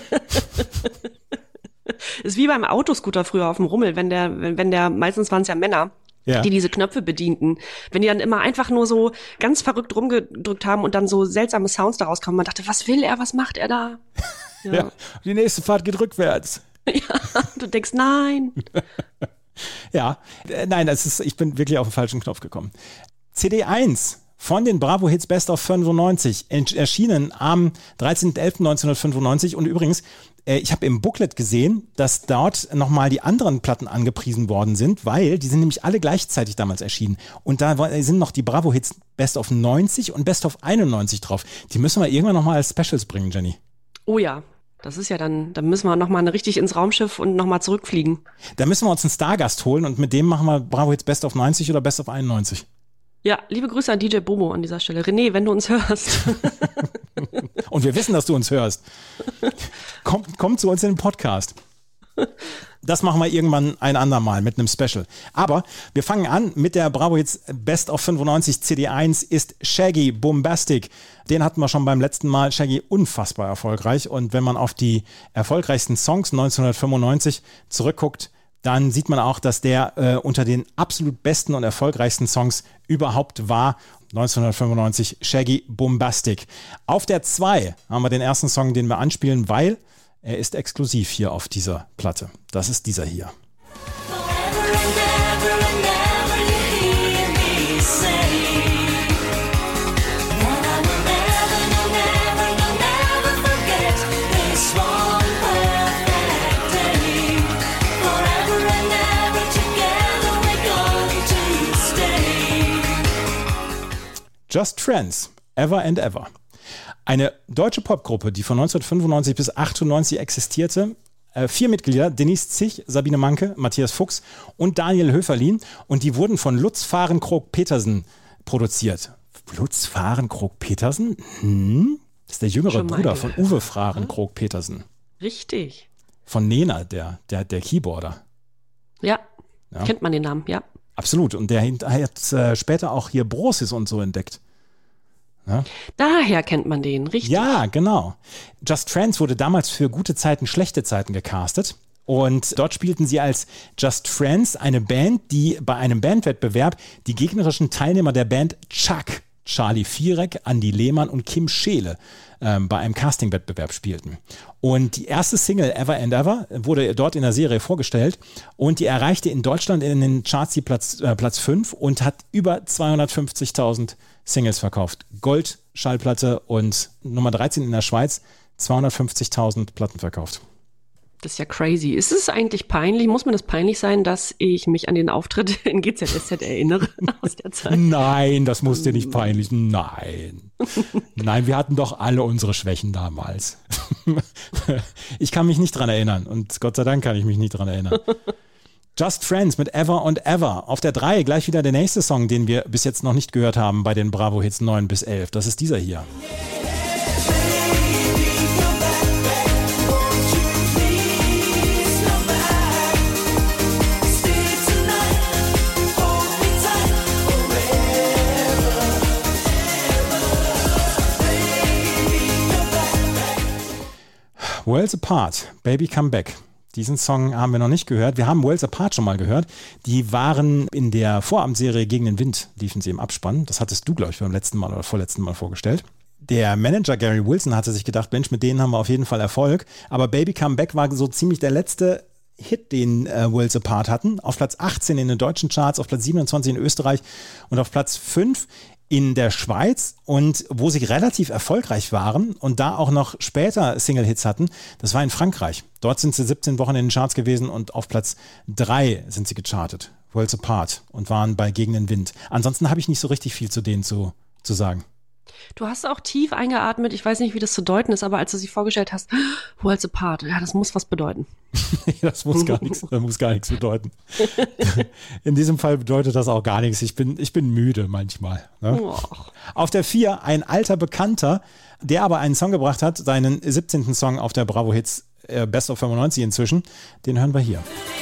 Ist wie beim Autoscooter früher auf dem Rummel, wenn der, wenn, wenn der, meistens waren es ja Männer, ja, die diese Knöpfe bedienten. Wenn die dann immer einfach nur so ganz verrückt rumgedrückt haben und dann so seltsame Sounds daraus kamen, man dachte, was will er, was macht er da? Ja. Ja, die nächste Fahrt geht rückwärts. Ja, du denkst, nein. Ja, äh, nein, das ist, ich bin wirklich auf den falschen Knopf gekommen. C D eins von den Bravo Hits Best of fünfundneunzig, erschienen am dreizehnten elften neunzehnhundertfünfundneunzig. Und übrigens, äh, ich habe im Booklet gesehen, dass dort nochmal die anderen Platten angepriesen worden sind, weil die sind nämlich alle gleichzeitig damals erschienen. Und da sind noch die Bravo Hits Best of neunzig und Best of einundneunzig drauf. Die müssen wir irgendwann nochmal als Specials bringen, Jenny. Oh ja. Das ist ja dann, dann müssen wir nochmal richtig ins Raumschiff und nochmal zurückfliegen. Da müssen wir uns einen Stargast holen und mit dem machen wir Bravo Hits Best of neunzig oder Best of einundneunzig. Ja, liebe Grüße an D J Bobo an dieser Stelle. René, wenn du uns hörst. Und wir wissen, dass du uns hörst. Komm, komm zu uns in den Podcast. Das machen wir irgendwann ein andermal mit einem Special. Aber wir fangen an mit der Bravo Hits Best of fünfundneunzig. C D eins ist Shaggy Bombastic. Den hatten wir schon beim letzten Mal. Shaggy unfassbar erfolgreich. Und wenn man auf die erfolgreichsten Songs neunzehnhundertfünfundneunzig zurückguckt, dann sieht man auch, dass der äh, unter den absolut besten und erfolgreichsten Songs überhaupt war. neunzehnhundertfünfundneunzig Shaggy Bombastic. Auf der zwei haben wir den ersten Song, den wir anspielen, weil er ist exklusiv hier auf dieser Platte. Das ist dieser hier. Just Friends, Ever and Ever. Eine deutsche Popgruppe, die von neunzehnhundertfünfundneunzig bis achtundneunzig existierte. Äh, vier Mitglieder, Denise Zich, Sabine Manke, Matthias Fuchs und Daniel Höferlin. Und die wurden von Lutz Fahrenkrog-Petersen produziert. Lutz Fahrenkrog-Petersen? Hm? Das ist der jüngere Bruder von Uwe Fahrenkrog-Petersen. Richtig. Von Nena, der, der, der Keyboarder. Ja, ja, kennt man den Namen, ja. Absolut. Und der hat äh, später auch hier Brosis und so entdeckt. Ja? Daher kennt man den, richtig? Ja, genau. Just Friends wurde damals für gute Zeiten, schlechte Zeiten gecastet. Und dort spielten sie als Just Friends, eine Band, die bei einem Bandwettbewerb die gegnerischen Teilnehmer der Band Chuck, Charlie Viereck, Andi Lehmann und Kim Scheele ähm, bei einem Castingwettbewerb spielten. Und die erste Single Ever and Ever wurde dort in der Serie vorgestellt und die erreichte in Deutschland in den Charts die Platz, äh, Platz fünf und hat über zweihundertfünfzigtausend Singles verkauft. Gold-Schallplatte und Nummer dreizehn in der Schweiz, zweihundertfünfzigtausend Platten verkauft. Das ist ja crazy. Ist es eigentlich peinlich? Muss mir das peinlich sein, dass ich mich an den Auftritt in G Z S Z erinnere aus der Zeit? Nein, das muss dir nicht peinlich. Nein. Nein, wir hatten doch alle unsere Schwächen damals. Ich kann mich nicht dran erinnern und Gott sei Dank kann ich mich nicht dran erinnern. Just Friends mit Ever and Ever. Auf der drei gleich wieder der nächste Song, den wir bis jetzt noch nicht gehört haben bei den Bravo Hits neun bis elf. Das ist dieser hier. Worlds Apart, Baby Come Back. Diesen Song haben wir noch nicht gehört. Wir haben Worlds Apart schon mal gehört. Die waren in der Vorabendserie Gegen den Wind, liefen sie im Abspann. Das hattest du, glaube ich, beim letzten Mal oder vorletzten Mal vorgestellt. Der Manager Gary Wilson hatte sich gedacht, Mensch, mit denen haben wir auf jeden Fall Erfolg. Aber Baby Come Back war so ziemlich der letzte Hit, den äh, Worlds Apart hatten. Auf Platz achtzehn in den deutschen Charts, auf Platz siebenundzwanzig in Österreich und auf Platz fünf in der Schweiz, und wo sie relativ erfolgreich waren und da auch noch später Single-Hits hatten, das war in Frankreich. Dort sind sie siebzehn Wochen in den Charts gewesen und auf Platz drei sind sie gechartet. Worlds Apart und waren bei Gegen den Wind. Ansonsten habe ich nicht so richtig viel zu denen zu, zu sagen. Du hast auch tief eingeatmet, ich weiß nicht, wie das zu deuten ist, aber als du sie vorgestellt hast, Worlds Apart, ja, das muss was bedeuten. Das muss gar nichts, das muss gar nichts bedeuten. In diesem Fall bedeutet das auch gar nichts. Ich bin, ich bin müde manchmal. Ne? Oh. Auf der vier ein alter Bekannter, der aber einen Song gebracht hat, seinen siebzehnten Song auf der Bravo Hits äh, Best of fünfundneunzig inzwischen. Den hören wir hier.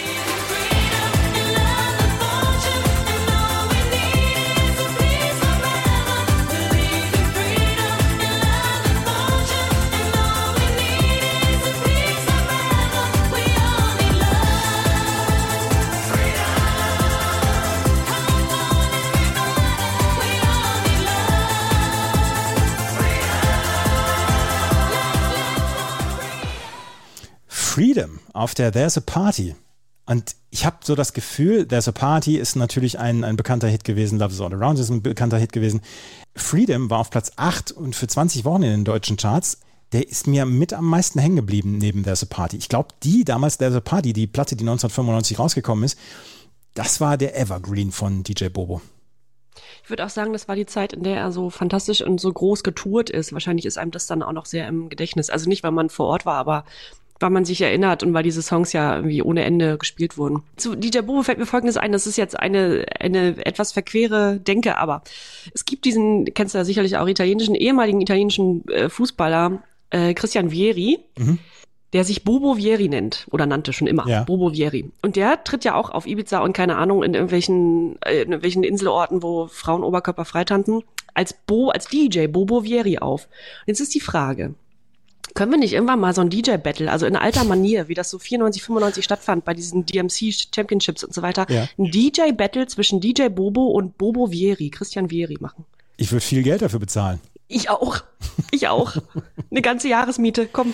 Freedom auf der There's a Party. Und ich habe so das Gefühl, There's a Party ist natürlich ein, ein bekannter Hit gewesen, Love is All Around ist ein bekannter Hit gewesen. Freedom war auf Platz acht und für zwanzig Wochen in den deutschen Charts. Der ist mir mit am meisten hängen geblieben neben There's a Party. Ich glaube, die damals There's a Party, die Platte, die neunzehnhundertfünfundneunzig rausgekommen ist, das war der Evergreen von D J Bobo. Ich würde auch sagen, das war die Zeit, in der er so fantastisch und so groß getourt ist. Wahrscheinlich ist einem das dann auch noch sehr im Gedächtnis. Also nicht, weil man vor Ort war, aber weil man sich erinnert und weil diese Songs ja irgendwie ohne Ende gespielt wurden. Zu D J Bobo fällt mir Folgendes ein, das ist jetzt eine eine etwas verquere Denke, aber es gibt diesen, kennst du ja sicherlich auch, italienischen, ehemaligen italienischen äh, Fußballer äh, Christian Vieri, mhm. der sich Bobo Vieri nennt oder nannte schon immer, ja. Bobo Vieri. Und der tritt ja auch auf Ibiza und keine Ahnung in irgendwelchen, äh, in irgendwelchen Inselorten, wo Frauen Oberkörper frei tanzen, als Bo, als D J Bobo Vieri auf. Und jetzt ist die Frage, können wir nicht irgendwann mal so ein D J-Battle, also in alter Manier, wie das so vierundneunzig, fünfundneunzig stattfand bei diesen D M C Championships und so weiter, ja. ein D J-Battle zwischen D J Bobo und Bobo Vieri, Christian Vieri machen? Ich würde viel Geld dafür bezahlen. Ich auch. Ich auch. Eine ganze Jahresmiete, komm.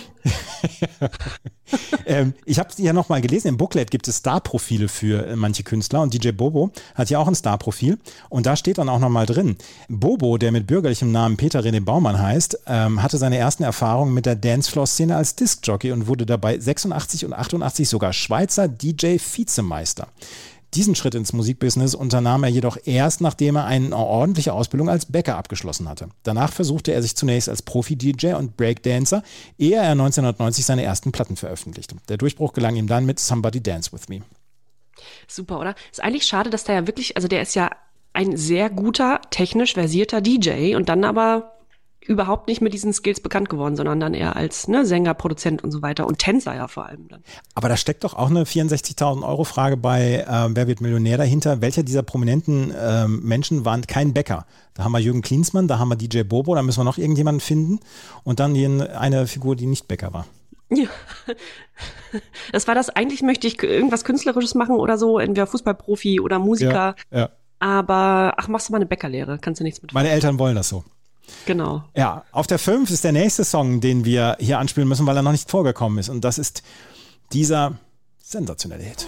ähm, ich habe ja noch mal gelesen, im Booklet gibt es Star-Profile für äh, manche Künstler und D J Bobo hat ja auch ein Star-Profil und da steht dann auch noch mal drin, Bobo, der mit bürgerlichem Namen Peter René Baumann heißt, ähm, hatte seine ersten Erfahrungen mit der Dancefloor-Szene als Discjockey und wurde dabei sechsundachtzig und achtundachtzig sogar Schweizer D J-Vizemeister. Diesen Schritt ins Musikbusiness unternahm er jedoch erst, nachdem er eine ordentliche Ausbildung als Bäcker abgeschlossen hatte. Danach versuchte er sich zunächst als Profi-D J und Breakdancer, ehe er neunzehnhundertneunzig seine ersten Platten veröffentlichte. Der Durchbruch gelang ihm dann mit Somebody Dance With Me. Super, oder? Ist eigentlich schade, dass der ja wirklich, also der ist ja ein sehr guter, technisch versierter D J und dann aber überhaupt nicht mit diesen Skills bekannt geworden, sondern dann eher als ne, Sänger, Produzent und so weiter und Tänzer ja vor allem dann. Aber da steckt doch auch eine vierundsechzigtausend Euro Frage bei äh, Wer wird Millionär dahinter? Welcher dieser prominenten äh, Menschen waren kein Bäcker? Da haben wir Jürgen Klinsmann, da haben wir D J Bobo, da müssen wir noch irgendjemanden finden und dann die, eine Figur, die nicht Bäcker war. Ja, das war das, eigentlich möchte ich irgendwas Künstlerisches machen oder so, entweder Fußballprofi oder Musiker, ja, ja. aber ach, machst du mal eine Bäckerlehre, kannst du nichts mit. Meine Eltern wollen das so. Genau. Ja, auf der fünf ist der nächste Song, den wir hier anspielen müssen, weil er noch nicht vorgekommen ist. Und das ist dieser sensationelle Hit.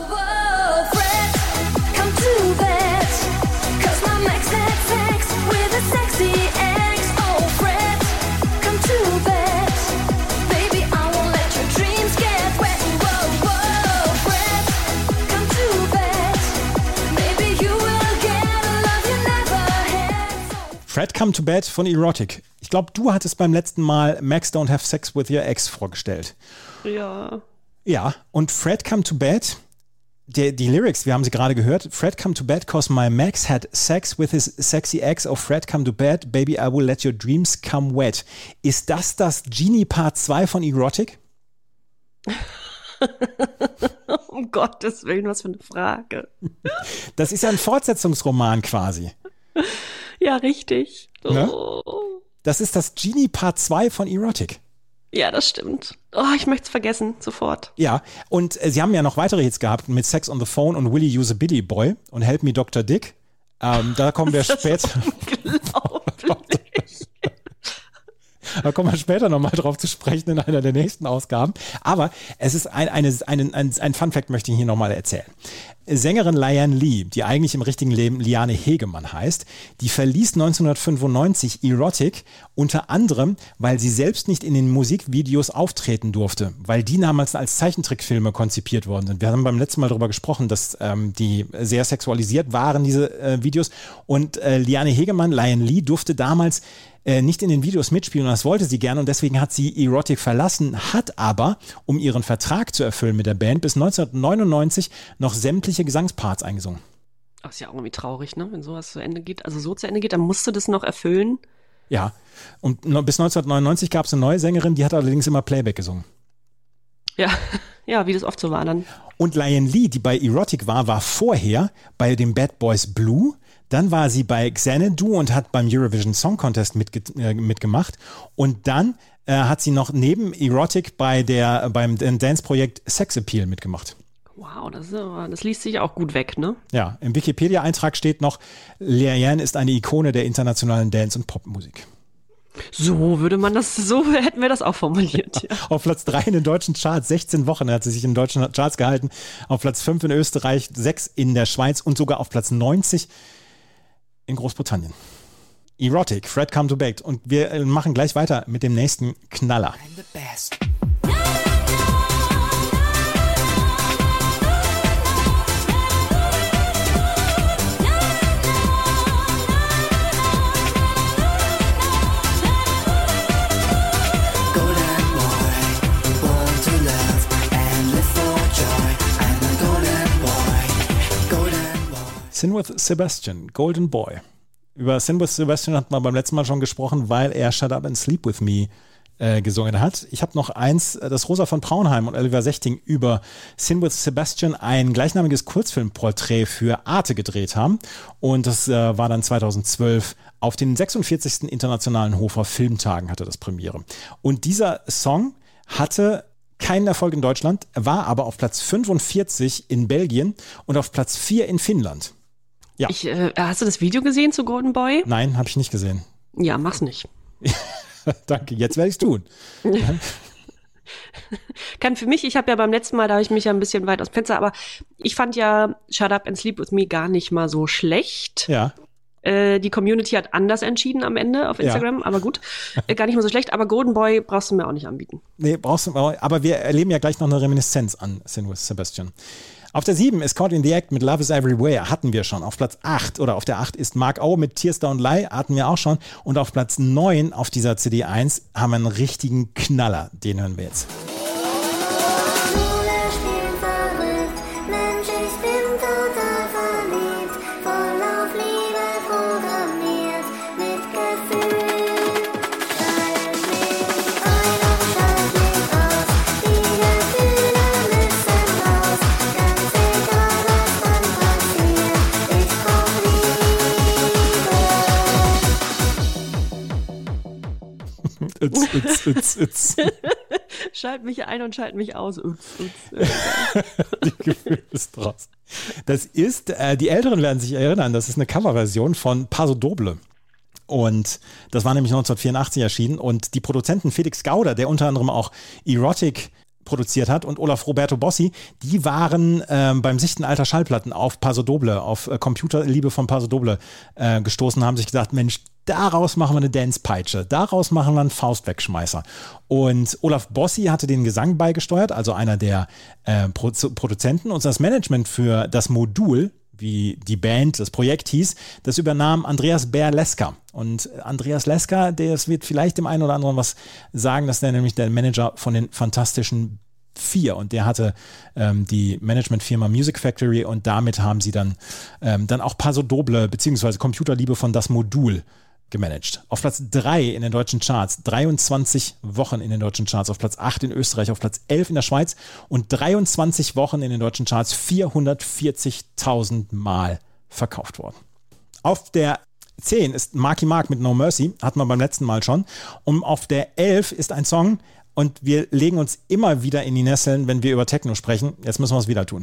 Fred Come to Bed von Erotic. Ich glaube, du hattest beim letzten Mal Max Don't Have Sex with Your Ex vorgestellt. Ja. Ja, und Fred Come to Bed, die, die Lyrics, wir haben sie gerade gehört. Fred come to bed cause my Max had sex with his sexy ex. Oh Fred come to bed, baby I will let your dreams come wet. Ist das das Genie Part zwei von Erotic? Um Gottes Willen, was für eine Frage. Das ist ja ein Fortsetzungsroman quasi. Ja, richtig. Ne? Oh. Das ist das Genie Part zwei von Erotic. Ja, das stimmt. Oh, ich möchte es vergessen, sofort. Ja, und äh, sie haben ja noch weitere Hits gehabt mit Sex on the Phone und Will You Use a Billy Boy und Help Me Doktor Dick. Ähm, da kommen wir später. Unglaublich. Da kommen wir später nochmal drauf zu sprechen in einer der nächsten Ausgaben. Aber es ist ein, eine, ein, ein, ein Fun-Fact, möchte ich hier nochmal erzählen. Sängerin Liane Lee, die eigentlich im richtigen Leben Liane Hegemann heißt, die verließ neunzehnhundertfünfundneunzig Erotic unter anderem, weil sie selbst nicht in den Musikvideos auftreten durfte, weil die damals als Zeichentrickfilme konzipiert worden sind. Wir haben beim letzten Mal darüber gesprochen, dass ähm, die sehr sexualisiert waren, diese äh, Videos. Und äh, Liane Hegemann, Liane Lee, durfte damals nicht in den Videos mitspielen und das wollte sie gerne und deswegen hat sie Erotic verlassen, hat aber, um ihren Vertrag zu erfüllen mit der Band, bis neunzehnhundertneunundneunzig noch sämtliche Gesangsparts eingesungen. Das ist ja auch irgendwie traurig, ne? Wenn sowas zu Ende geht, also so zu Ende geht, dann musst du das noch erfüllen. Ja, und bis neunzehnhundertneunundneunzig gab es eine neue Sängerin, die hat allerdings immer Playback gesungen. Ja, ja, wie das oft so war dann. Und Liane Lee, die bei Erotic war, war vorher bei den Bad Boys Blue. Dann war sie bei Xanadu und hat beim Eurovision Song Contest mitge- äh, mitgemacht. Und dann äh, hat sie noch neben Erotic bei der, beim Dance-Projekt Sex Appeal mitgemacht. Wow, das, ist, das liest sich auch gut weg, ne? Ja, im Wikipedia-Eintrag steht noch, Liane ist eine Ikone der internationalen Dance- und Popmusik. So würde man das, so hätten wir das auch formuliert. Ja. Auf Platz drei in den deutschen Charts, sechzehn Wochen hat sie sich in den deutschen Charts gehalten. Auf Platz fünf in Österreich, sechs in der Schweiz und sogar auf Platz neunzig in Großbritannien. Erotic, Fred Come to Baked. Und wir machen gleich weiter mit dem nächsten Knaller. I'm the best. Sin with Sebastian, Golden Boy. Über Sin with Sebastian hat man beim letzten Mal schon gesprochen, weil er Shut Up and Sleep With Me äh, gesungen hat. Ich habe noch eins, das Rosa von Braunheim und Oliver Sechting über Sin with Sebastian ein gleichnamiges Kurzfilmporträt für Arte gedreht haben. Und das äh, war dann zweitausendzwölf auf den sechsundvierzigsten Internationalen Hofer Filmtagen hatte das Premiere. Und dieser Song hatte keinen Erfolg in Deutschland, war aber auf Platz fünfundvierzig in Belgien und auf Platz vier in Finnland. Ja. Ich, äh, hast du das Video gesehen zu Golden Boy? Nein, habe ich nicht gesehen. Ja, mach's nicht. Danke, jetzt werde ich's tun. Kann für mich, ich habe ja beim letzten Mal, da habe ich mich ja ein bisschen weit aus dem Fenster, aber ich fand ja Shut Up and Sleep With Me gar nicht mal so schlecht. Ja. Äh, die Community hat anders entschieden am Ende auf Instagram, ja. Aber gut, äh, gar nicht mal so schlecht, aber Golden Boy brauchst du mir auch nicht anbieten. Nee, brauchst du, aber wir erleben ja gleich noch eine Reminiszenz an Sin with Sebastian. Auf der sieben ist Caught in the Act mit Love is Everywhere, hatten wir schon. Auf Platz acht oder auf der acht ist Mark O mit Tears Don't Lie, hatten wir auch schon. Und auf Platz neun auf dieser C D eins haben wir einen richtigen Knaller, den hören wir jetzt. It's, it's, it's, it's. Schalt mich ein und schalt mich aus. Uts, uts. Die Gefühl ist draus. Das ist, äh, die Älteren werden sich erinnern, das ist eine Coverversion von Paso Doble. Und das war nämlich neunzehnhundertvierundachtzig erschienen. Und die Produzenten Felix Gauder, der unter anderem auch Erotic produziert hat, und Olaf Roberto Bossi, die waren ähm, beim Sichten alter Schallplatten auf Paso Doble, auf äh, Computerliebe von Paso Doble äh, gestoßen, haben sich gedacht, Mensch, daraus machen wir eine Dance-Peitsche, daraus machen wir einen Faustwegschmeißer. Und Olaf Bossi hatte den Gesang beigesteuert, also einer der äh, Pro- Produzenten, und das Management für das Modul, wie die Band, das Projekt hieß, das übernahm Andreas Bär-Leska. Und Andreas Leska, das wird vielleicht dem einen oder anderen was sagen, das ist der nämlich der Manager von den Fantastischen Vier, und der hatte ähm, die Managementfirma Music Factory, und damit haben sie dann, ähm, dann auch Paso Doble beziehungsweise Computerliebe von Das Modul gemanagt. Auf Platz drei in den deutschen Charts, dreiundzwanzig Wochen in den deutschen Charts, auf Platz acht in Österreich, auf Platz elf in der Schweiz und dreiundzwanzig Wochen in den deutschen Charts, vierhundertvierzigtausend Mal verkauft worden. Auf der zehn ist Marky Mark mit No Mercy, hatten wir beim letzten Mal schon, und auf der elf ist ein Song, und wir legen uns immer wieder in die Nesseln, wenn wir über Techno sprechen. Jetzt müssen wir es wieder tun.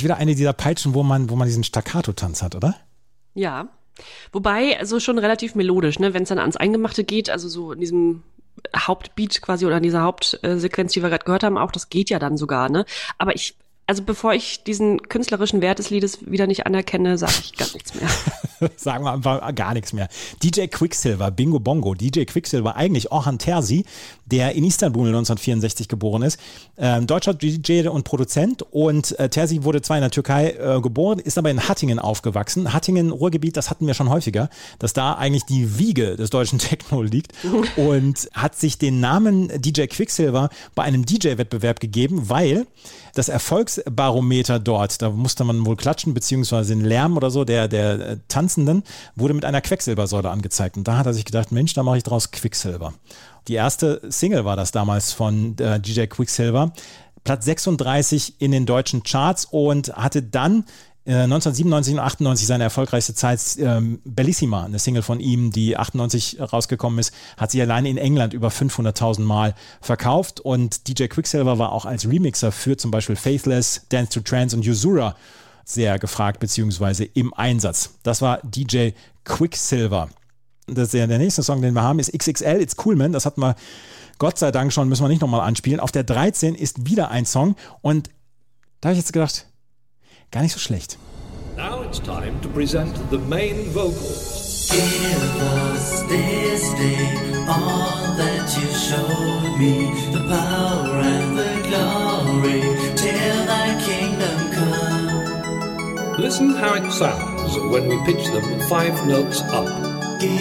ist wieder eine dieser Peitschen, wo man, wo man diesen Staccato-Tanz hat, oder? Ja. Wobei, also schon relativ melodisch, ne, wenn es dann ans Eingemachte geht, also so in diesem Hauptbeat quasi oder in dieser Hauptsequenz, die wir gerade gehört haben, auch, das geht ja dann sogar, ne? Aber ich, also bevor ich diesen künstlerischen Wert des Liedes wieder nicht anerkenne, sage ich gar nichts mehr. Sagen wir einfach gar nichts mehr. D J Quicksilver, Bingo Bongo. D J Quicksilver, eigentlich Orhan Terzi, der in Istanbul neunzehnhundertvierundsechzig geboren ist. Ähm, deutscher D J und Produzent. Und äh, Terzi wurde zwar in der Türkei äh, geboren, ist aber in Hattingen aufgewachsen. Hattingen, Ruhrgebiet, das hatten wir schon häufiger, dass da eigentlich die Wiege des deutschen Techno liegt. Und hat sich den Namen D J Quicksilver bei einem D J-Wettbewerb gegeben, weil das Erfolgsbarometer dort, da musste man wohl klatschen, beziehungsweise den Lärm oder so, der, der Tanzenden, wurde mit einer Quecksilbersäule angezeigt. Und da hat er sich gedacht, Mensch, da mache ich draus Quicksilver. Die erste Single war das damals von äh, D J Quicksilver. Platz sechsunddreißig in den deutschen Charts und hatte dann äh, neunzehnhundertsiebenundneunzig und achtundneunzig seine erfolgreichste Zeit. Ähm, Bellissima, eine Single von ihm, die achtundneunzig rausgekommen ist, hat sich allein in England über fünfhunderttausend Mal verkauft. Und D J Quicksilver war auch als Remixer für zum Beispiel Faithless, Dance to Trance und Usura sehr gefragt beziehungsweise im Einsatz. Das war D J Quicksilver. Das ist ja der nächste Song, den wir haben, ist X X L, It's Cool Man. Das hatten wir Gott sei Dank schon, müssen wir nicht nochmal anspielen. Auf der dreizehn ist wieder ein Song und da habe ich jetzt gedacht, gar nicht so schlecht. Now it's time to present the main vocals. Give us this day all that you showed me, the power and the glory, till thy kingdom come. Listen how it sounds when we pitch them five notes up. Give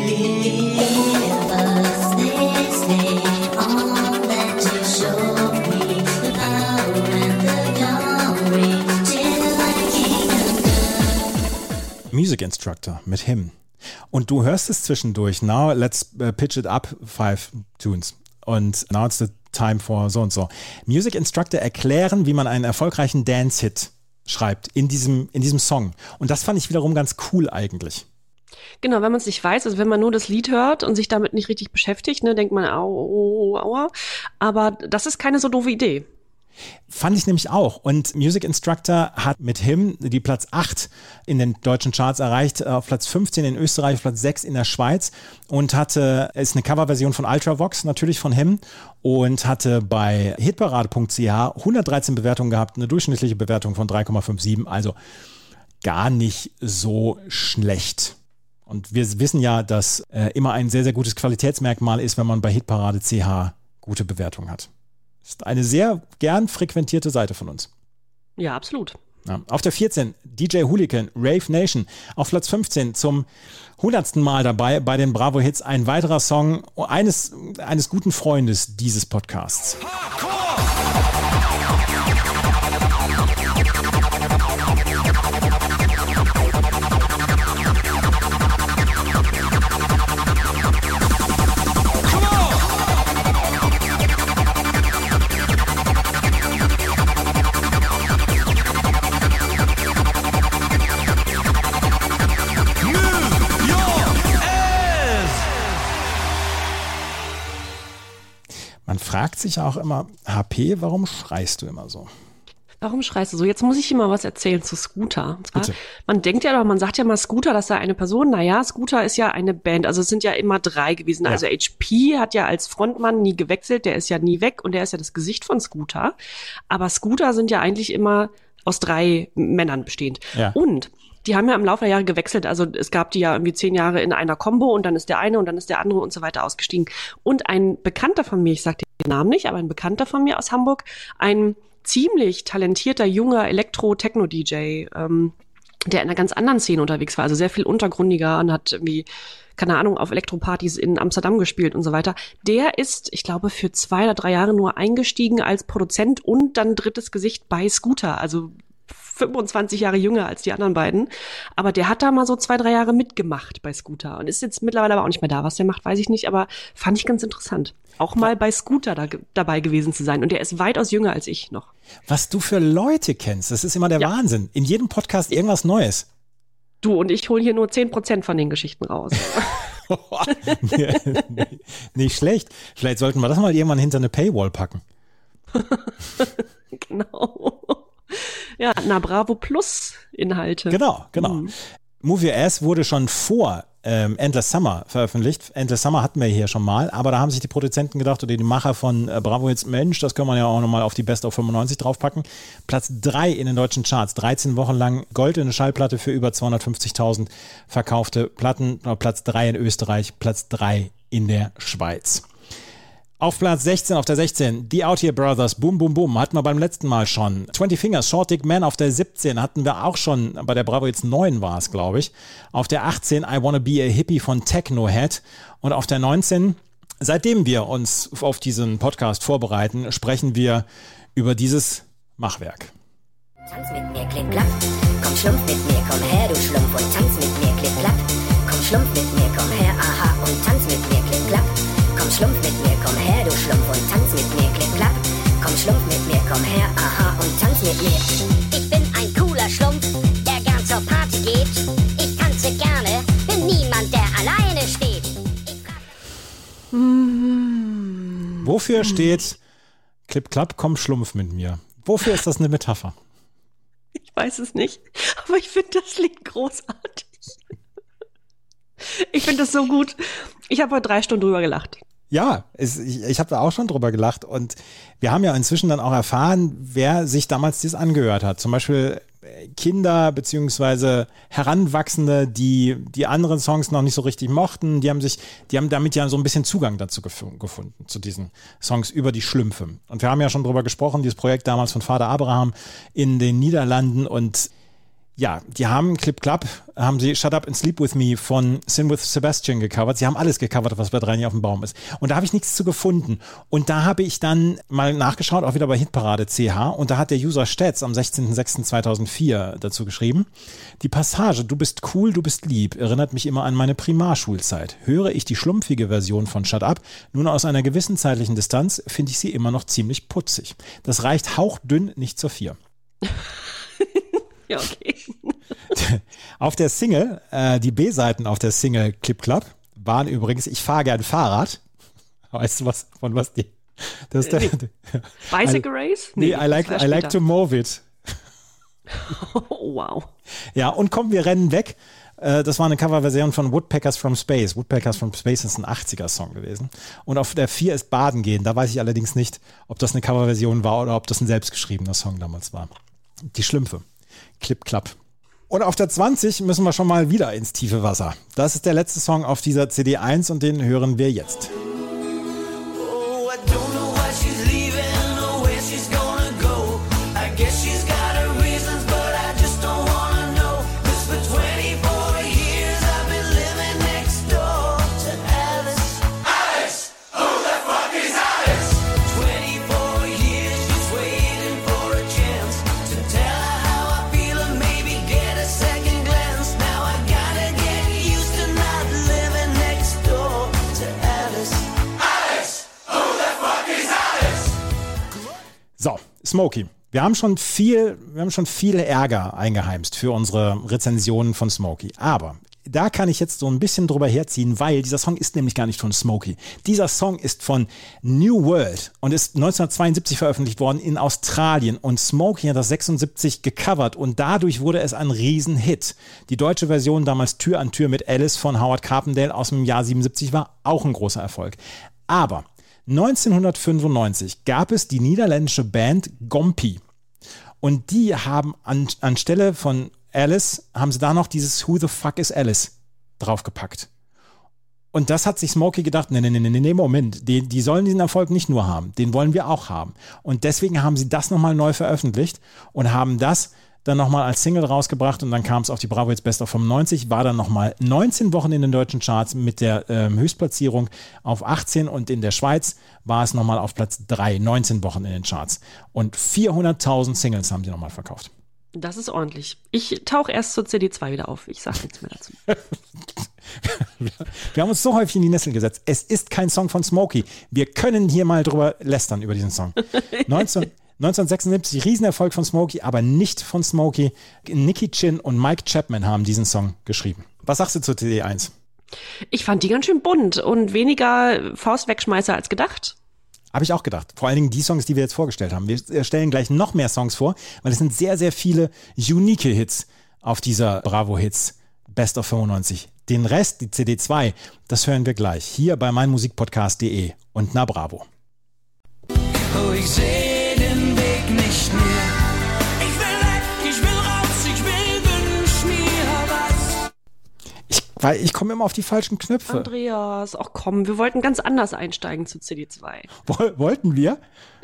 us this day all that you showed me, the power and the glory, till thy kingdom come. Music Instructor mit Him. Und du hörst es zwischendurch. Now let's uh, pitch it up five tunes. Und now it's the time for so und so. Music Instructor erklären, wie man einen erfolgreichen Dance-Hit schreibt in diesem, in diesem Song. Und das fand ich wiederum ganz cool eigentlich. Genau, wenn man es nicht weiß, also wenn man nur das Lied hört und sich damit nicht richtig beschäftigt, ne, denkt man, au, au, aua. Aber das ist keine so doofe Idee. Fand ich nämlich auch. Und Music Instructor hat mit Him die Platz acht in den deutschen Charts erreicht, auf Platz fünfzehn in Österreich, auf Platz sechs in der Schweiz und hatte, ist eine Coverversion von Ultravox natürlich von Him und hatte bei hitparade punkt c h hundertdreizehn Bewertungen gehabt, eine durchschnittliche Bewertung von drei Komma siebenundfünfzig, also gar nicht so schlecht. Und wir wissen ja, dass äh, immer ein sehr, sehr gutes Qualitätsmerkmal ist, wenn man bei hitparade punkt c h gute Bewertungen hat. Ist eine sehr gern frequentierte Seite von uns. Ja, absolut. Ja, auf der vierzehn, D J Hooligan, Rave Nation. Auf Platz fünfzehn zum hundertsten Mal dabei bei den Bravo Hits. Ein weiterer Song eines, eines guten Freundes dieses Podcasts. Man fragt sich auch immer, H P, warum schreist du immer so? Warum schreist du so? Jetzt muss ich dir mal was erzählen zu Scooter. Und zwar, Bitte. man denkt ja doch, man sagt ja mal Scooter, das sei eine Person. Naja, Scooter ist ja eine Band. Also es sind ja immer drei gewesen. Ja. Also H P hat ja als Frontmann nie gewechselt. Der ist ja nie weg und der ist ja das Gesicht von Scooter. Aber Scooter sind ja eigentlich immer aus drei Männern bestehend. Ja. Und die haben ja im Laufe der Jahre gewechselt. Also es gab die ja irgendwie zehn Jahre in einer Combo und dann ist der eine und dann ist der andere und so weiter ausgestiegen. Und ein Bekannter von mir, ich sag den Namen nicht, aber ein Bekannter von mir aus Hamburg, ein ziemlich talentierter, junger Elektro-Techno-D J, ähm, der in einer ganz anderen Szene unterwegs war, also sehr viel untergründiger und hat irgendwie, keine Ahnung, auf Elektropartys in Amsterdam gespielt und so weiter. Der ist, ich glaube, für zwei oder drei Jahre nur eingestiegen als Produzent und dann drittes Gesicht bei Scooter, also fünfundzwanzig Jahre jünger als die anderen beiden. Aber der hat da mal so zwei, drei Jahre mitgemacht bei Scooter und ist jetzt mittlerweile aber auch nicht mehr da. Was der macht, weiß ich nicht, aber fand ich ganz interessant. Auch mal bei Scooter da, dabei gewesen zu sein. Und der ist weitaus jünger als ich noch. Was du für Leute kennst, das ist immer der Ja. Wahnsinn. In jedem Podcast irgendwas Neues. Du und ich hole hier nur zehn Prozent von den Geschichten raus. nee, nee, nicht schlecht. Vielleicht sollten wir das mal irgendwann hinter eine Paywall packen. Genau. Ja, na Bravo Plus Inhalte. Genau, genau. Mhm. Move Your Ass wurde schon vor ähm, Endless Summer veröffentlicht. Endless Summer hatten wir hier schon mal, aber da haben sich die Produzenten gedacht oder die Macher von äh, Bravo Hits, Mensch, das können wir ja auch nochmal auf die Best of fünfundneunzig draufpacken. Platz drei in den deutschen Charts, dreizehn Wochen lang goldene Schallplatte für über zweihundertfünfzigtausend verkaufte Platten, Platz drei in Österreich, Platz drei in der Schweiz. Auf Platz sechzehn, auf der sechzehn, The Out Here Brothers, Boom Boom Boom, hatten wir beim letzten Mal schon. twenty Fingers, Short Dick Man auf der siebzehn, hatten wir auch schon, bei der Bravo jetzt neun war es, glaube ich. Auf der achtzehn, I Wanna Be a Hippie von Techno Head. Und auf der neunzehn, seitdem wir uns auf diesen Podcast vorbereiten, sprechen wir über dieses Machwerk. Tanz mit mir, klick, klack, komm schlumpf mit mir, komm her, du Schlumpf, und tanz mit mir, klick, klack, komm schlumpf mit mir, komm her, aha, und tanz mit mir, klick, klack. Komm schlumpf mit mir, komm her, du Schlumpf, und tanz mit mir, klick, klack. Komm schlumpf mit mir, komm her, aha, und tanz mit mir. Ich bin ein cooler Schlumpf, der gern zur Party geht. Ich tanze gerne, bin niemand, der alleine steht. Mm. Wofür steht Klipp, klapp, komm schlumpf mit mir? Wofür ist das eine Metapher? Ich weiß es nicht, aber ich finde das Lied großartig. Ich finde das so gut. Ich habe heute drei Stunden drüber gelacht. Ja, es, ich, ich habe da auch schon drüber gelacht und wir haben ja inzwischen dann auch erfahren, wer sich damals das angehört hat. Zum Beispiel Kinder beziehungsweise Heranwachsende, die die anderen Songs noch nicht so richtig mochten, die haben sich, die haben damit ja so ein bisschen Zugang dazu gef- gefunden, zu diesen Songs über die Schlümpfe. Und wir haben ja schon drüber gesprochen, dieses Projekt damals von Vater Abraham in den Niederlanden und ja, die haben Klipp Klapp, haben sie Shut Up and Sleep With Me von Sin With Sebastian gecovert. Sie haben alles gecovert, was bei drei nicht auf dem Baum ist. Und da habe ich nichts zu gefunden. Und da habe ich dann mal nachgeschaut, auch wieder bei Hitparade C H. Und da hat der User Stetz am sechzehnten sechsten zweitausendvier dazu geschrieben: Die Passage "Du bist cool, du bist lieb" erinnert mich immer an meine Primarschulzeit. Höre ich die schlumpfige Version von Shut Up nun aus einer gewissen zeitlichen Distanz, finde ich sie immer noch ziemlich putzig. Das reicht hauchdünn nicht zur vier. Ja, okay. Auf der Single, äh, die B-Seiten auf der Single Klipp Klapp waren übrigens "Ich fahre gern Fahrrad". Weißt du was, von was die? Das ist der, nee. Bicycle Race? Nee, I like, I like to move it. Oh, wow. Ja, und komm, wir rennen weg. Äh, das war eine Coverversion von Woodpeckers from Space. Woodpeckers from Space ist ein achtziger-Song gewesen. Und auf der vier ist Baden gehen. Da weiß ich allerdings nicht, ob das eine Coverversion war oder ob das ein selbstgeschriebener Song damals war. Die Schlümpfe. Klipp, klapp. Und auf der zwanzig müssen wir schon mal wieder ins tiefe Wasser. Das ist der letzte Song auf dieser C D eins und den hören wir jetzt. Oh, I don't know why she's leaving or where she's gonna go. I guess she's got her reasons, but I just don't wanna know. 'Cause for twenty-four years I've been living next door to Alice. Alice! Who the fuck is Alice? twenty-four years just waiting for a chance to tell her how I feel and maybe get a second glance. Now I gotta get used to not living next door to Alice. Alice! Who the fuck is Alice? So, Smokey. Wir haben schon viel, wir haben schon viel Ärger eingeheimst für unsere Rezensionen von Smokey. Aber da kann ich jetzt so ein bisschen drüber herziehen, weil dieser Song ist nämlich gar nicht von Smokey. Dieser Song ist von New World und ist neunzehnhundertzweiundsiebzig veröffentlicht worden in Australien. Und Smokey hat das sechsundsiebzig gecovert und dadurch wurde es ein Riesenhit. Die deutsche Version damals Tür an Tür mit Alice von Howard Carpendale aus dem Jahr siebenundsiebzig war auch ein großer Erfolg. Aber neunzehnhundertfünfundneunzig gab es die niederländische Band Gompi. Und die haben an, anstelle von Alice, haben sie da noch dieses Who the fuck is Alice draufgepackt. Und das hat sich Smokey gedacht, nee, nee, nee, nee, nee, Moment, die, die sollen diesen Erfolg nicht nur haben, den wollen wir auch haben. Und deswegen haben sie das nochmal neu veröffentlicht und haben das dann nochmal als Single rausgebracht und dann kam es auf die Bravo Hits Best of fünfundneunzig, war dann nochmal neunzehn Wochen in den deutschen Charts mit der ähm, Höchstplatzierung auf achtzehn und in der Schweiz war es nochmal auf Platz drei, neunzehn Wochen in den Charts. Und vierhunderttausend Singles haben die nochmal verkauft. Das ist ordentlich. Ich tauche erst zur C D zwei wieder auf. Ich sage nichts mehr dazu. Wir haben uns so häufig in die Nesseln gesetzt. Es ist kein Song von Smokey. Wir können hier mal drüber lästern über diesen Song. neunzehn neunzehnhundertsechsundsiebzig, Riesenerfolg von Smokey, aber nicht von Smokey. Nicky Chin und Mike Chapman haben diesen Song geschrieben. Was sagst du zur C D eins? Ich fand die ganz schön bunt und weniger Faustwegschmeißer als gedacht. Habe ich auch gedacht. Vor allen Dingen die Songs, die wir jetzt vorgestellt haben. Wir stellen gleich noch mehr Songs vor, weil es sind sehr, sehr viele unique Hits auf dieser Bravo Hits Best of fünfundneunzig. Den Rest, die C D zwei, das hören wir gleich hier bei meinmusikpodcast punkt de und na Bravo. Oh, ich seh den Weg nicht mehr. Ich will weg, ich will raus, ich will wünsch mir was. Ich, weil ich komme immer auf die falschen Knöpfe. Andreas, ach komm, wir wollten ganz anders einsteigen zu C D zwei. Woll, wollten wir?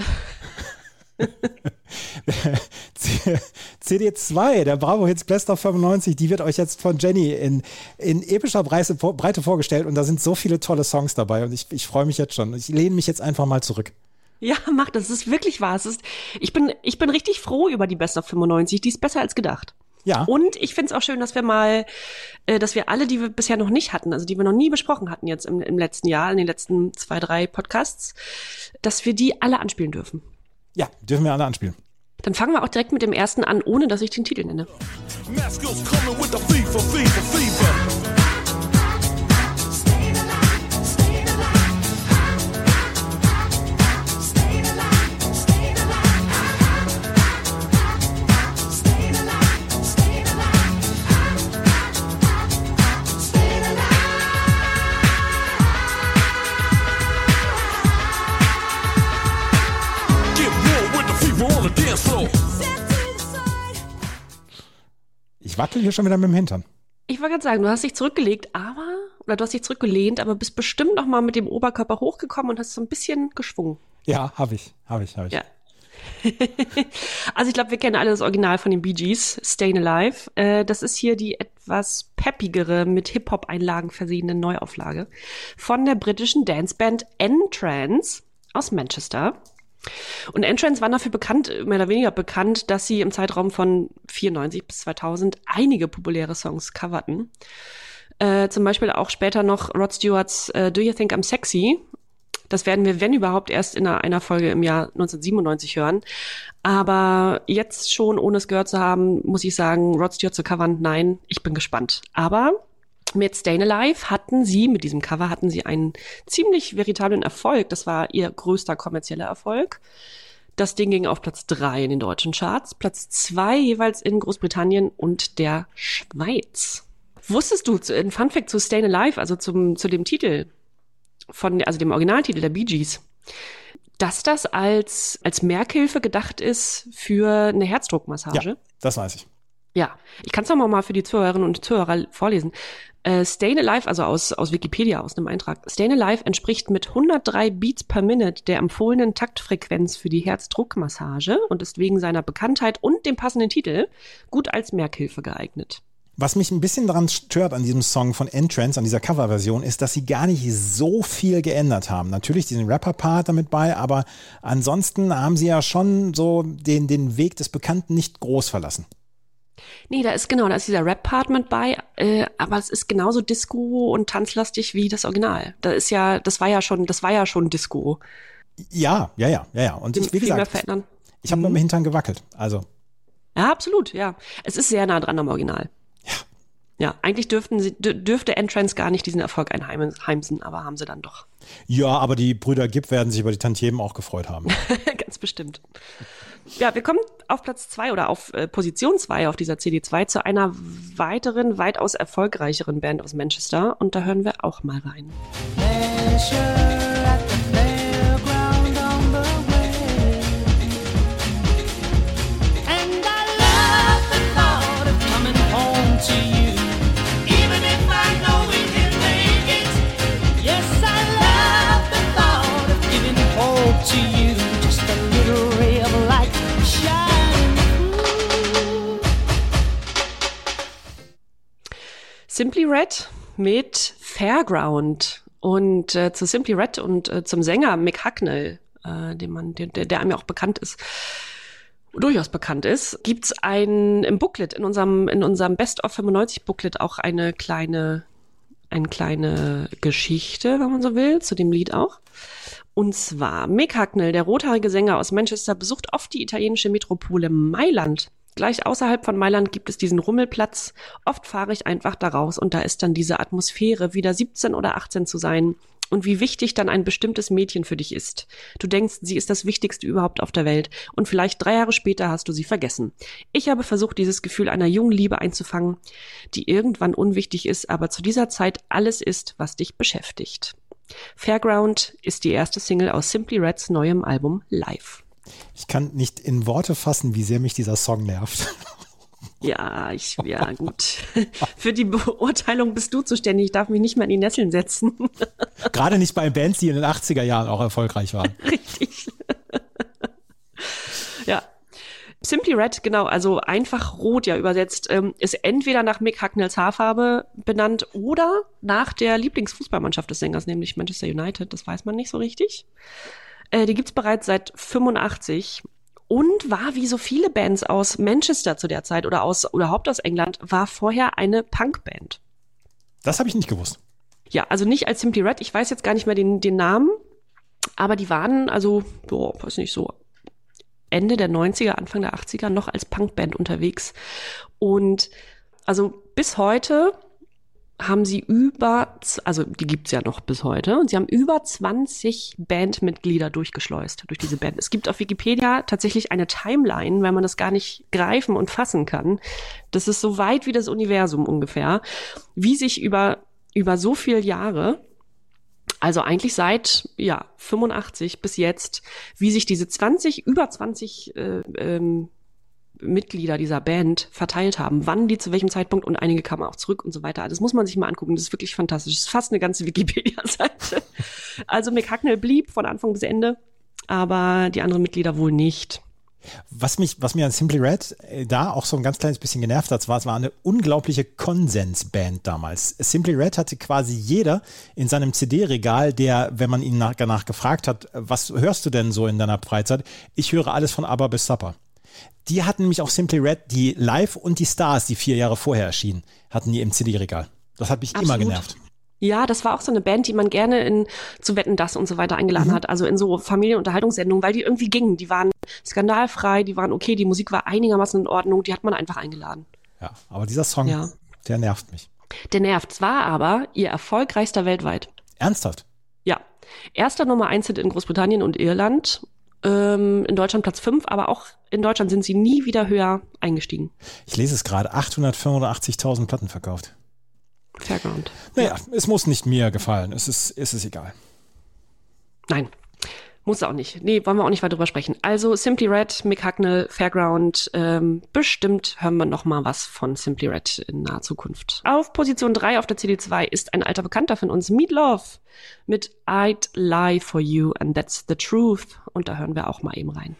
C D zwei, der Bravo Hits Best of fünfundneunzig, die wird euch jetzt von Jenny in, in epischer Breite, Breite vorgestellt und da sind so viele tolle Songs dabei und ich, ich freue mich jetzt schon. Ich lehne mich jetzt einfach mal zurück. Ja, mach das, es ist wirklich wahr. Es ist, ich bin, ich bin richtig froh über die Best of fünfundneunzig, die ist besser als gedacht. Ja. Und ich finde es auch schön, dass wir mal, äh, dass wir alle, die wir bisher noch nicht hatten, also die wir noch nie besprochen hatten jetzt im, im letzten Jahr, in den letzten zwei, drei Podcasts, dass wir die alle anspielen dürfen. Ja, dürfen wir alle anspielen. Dann fangen wir auch direkt mit dem ersten an, ohne dass ich den Titel nenne. Ich wackel hier schon wieder mit dem Hintern. Ich wollte gerade sagen, du hast dich zurückgelegt, aber, oder du hast dich zurückgelehnt, aber bist bestimmt noch mal mit dem Oberkörper hochgekommen und hast so ein bisschen geschwungen. Ja, habe ich, habe ich, habe ich. Ja. Also ich glaube, wir kennen alle das Original von den Bee Gees, Stayin' Alive. Äh, das ist hier die etwas peppigere, mit Hip-Hop-Einlagen versehene Neuauflage von der britischen Danceband N-Trance aus Manchester. Und N-Trance waren dafür bekannt, mehr oder weniger bekannt, dass sie im Zeitraum von vierundneunzig bis zweitausend einige populäre Songs coverten. Äh, zum Beispiel auch später noch Rod Stewarts äh, Do You Think I'm Sexy? Das werden wir, wenn überhaupt, erst in einer, einer Folge im Jahr neunzehnhundertsiebenundneunzig hören. Aber jetzt schon, ohne es gehört zu haben, muss ich sagen, Rod Stewart zu covern, nein, ich bin gespannt. Aber mit Stayin' Alive hatten sie, mit diesem Cover hatten sie einen ziemlich veritablen Erfolg. Das war ihr größter kommerzieller Erfolg. Das Ding ging auf Platz drei in den deutschen Charts, Platz zwei jeweils in Großbritannien und der Schweiz. Wusstest du, ein Funfact zu Stayin' Alive, also zum, zu dem Titel, von, also dem Originaltitel der Bee Gees, dass das als, als Merkhilfe gedacht ist für eine Herzdruckmassage? Ja, das weiß ich. Ja, ich kann es noch mal für die Zuhörerinnen und Zuhörer vorlesen. Äh, Stayin' Alive, also aus, aus Wikipedia, aus einem Eintrag. Stayin' Alive entspricht mit hundertdrei Beats per Minute der empfohlenen Taktfrequenz für die Herzdruckmassage und ist wegen seiner Bekanntheit und dem passenden Titel gut als Merkhilfe geeignet. Was mich ein bisschen daran stört an diesem Song von N-Trance, an dieser Coverversion, ist, dass sie gar nicht so viel geändert haben. Natürlich diesen Rapper-Part damit bei, aber ansonsten haben sie ja schon so den, den Weg des Bekannten nicht groß verlassen. Nee, da ist genau, da ist dieser Rap-Part mit bei, äh, aber es ist genauso Disco und tanzlastig wie das Original. Da ist ja, das war ja schon, das war ja schon Disco. Ja, ja, ja, ja, ja. Und ich, wie gesagt, verändern. ich habe mhm. mit dem Hintern gewackelt, also. Ja, absolut, ja. Es ist sehr nah dran am Original. Ja. Ja, eigentlich dürften sie, dürfte N-Trance gar nicht diesen Erfolg einheimsen, aber haben sie dann doch. Ja, aber die Brüder Gibb werden sich über die Tantiemen auch gefreut haben. Ganz bestimmt. Ja, wir kommen auf Platz zwei oder auf äh, Position zwei auf dieser C D zwei zu einer weiteren, weitaus erfolgreicheren Band aus Manchester und da hören wir auch mal rein. Simply Red mit Fairground und äh, zu Simply Red und äh, zum Sänger Mick Hucknall, äh, dem man, der, der einem ja auch bekannt ist, durchaus bekannt ist, gibt's ein im Booklet in unserem in unserem Best of fünfundneunzig Booklet auch eine kleine eine kleine Geschichte, wenn man so will, zu dem Lied auch. Und zwar Mick Hucknall, der rothaarige Sänger aus Manchester, besucht oft die italienische Metropole Mailand. Gleich außerhalb von Mailand gibt es diesen Rummelplatz. Oft fahre ich einfach da raus und da ist dann diese Atmosphäre, wieder siebzehn oder achtzehn zu sein, und wie wichtig dann ein bestimmtes Mädchen für dich ist. Du denkst, sie ist das Wichtigste überhaupt auf der Welt und vielleicht drei Jahre später hast du sie vergessen. Ich habe versucht, dieses Gefühl einer jungen Liebe einzufangen, die irgendwann unwichtig ist, aber zu dieser Zeit alles ist, was dich beschäftigt. Fairground ist die erste Single aus Simply Reds neuem Album Live. Ich kann nicht in Worte fassen, wie sehr mich dieser Song nervt. Ja, ich, ja, gut. Für die Beurteilung bist du zuständig. Ich darf mich nicht mehr in die Nesseln setzen. Gerade nicht bei Bands, die in den achtziger Jahren auch erfolgreich waren. Richtig. Ja. Simply Red, genau, also einfach rot ja übersetzt, ähm, ist entweder nach Mick Hucknalls Haarfarbe benannt oder nach der Lieblingsfußballmannschaft des Sängers, nämlich Manchester United. Das weiß man nicht so richtig. Äh, die gibt's bereits seit fünfundachtzig. Und war, wie so viele Bands aus Manchester zu der Zeit oder aus oder überhaupt aus England, war vorher eine Punkband. Das habe ich nicht gewusst. Ja, also nicht als Simply Red, ich weiß jetzt gar nicht mehr den, den Namen, aber die waren also, boah, weiß nicht, so Ende der neunziger, Anfang der achtziger noch als Punkband unterwegs. Und also bis heute haben sie über, also die gibt's ja noch bis heute, und sie haben über zwanzig Bandmitglieder durchgeschleust durch diese Band. Es gibt auf Wikipedia tatsächlich eine Timeline, weil man das gar nicht greifen und fassen kann. Das ist so weit wie das Universum ungefähr, wie sich über, über so viele Jahre, also eigentlich seit, ja, fünfundachtzig bis jetzt, wie sich diese zwanzig, über zwanzig äh, ähm, Mitglieder dieser Band verteilt haben, wann die zu welchem Zeitpunkt, und einige kamen auch zurück und so weiter. Das muss man sich mal angucken, das ist wirklich fantastisch. Das ist fast eine ganze Wikipedia-Seite. Also Mick Hucknall blieb von Anfang bis Ende, aber die anderen Mitglieder wohl nicht. Was mich, was mir an Simply Red äh, da auch so ein ganz kleines bisschen genervt hat, war, es war eine unglaubliche Konsensband damals. Simply Red hatte quasi jeder in seinem C D-Regal, der, wenn man ihn nach, danach gefragt hat, was hörst du denn so in deiner Freizeit? Ich höre alles von ABBA bis Supper. Die hatten nämlich auch Simply Red, die Live und die Stars, die vier Jahre vorher erschienen, hatten die im C D-Regal. Das hat mich Absolut. immer genervt. Ja, das war auch so eine Band, die man gerne in zu Wetten, dass und so weiter eingeladen mhm. hat, also in so Familienunterhaltungssendungen, weil die irgendwie gingen. Die waren skandalfrei, die waren okay, die Musik war einigermaßen in Ordnung, die hat man einfach eingeladen. Ja, aber dieser Song, ja. der nervt mich. Der nervt. Es war aber ihr erfolgreichster weltweit. Ernsthaft? Ja. Erster Nummer eins Hit in Großbritannien und Irland. In Deutschland Platz fünf, aber auch in Deutschland sind sie nie wieder höher eingestiegen. Ich lese es gerade, achthundertfünfundachtzigtausend Platten verkauft. Fairground. Naja, es muss nicht mir gefallen, es ist, es ist egal. Nein, muss auch nicht. Nee, wollen wir auch nicht weiter drüber sprechen. Also Simply Red, Mick Hucknall, Fairground, ähm, bestimmt hören wir noch mal was von Simply Red in naher Zukunft. Auf Position drei auf der C D zwei ist ein alter Bekannter von uns, Meatloaf, mit I'd Lie For You and That's The Truth. Und da hören wir auch mal eben rein.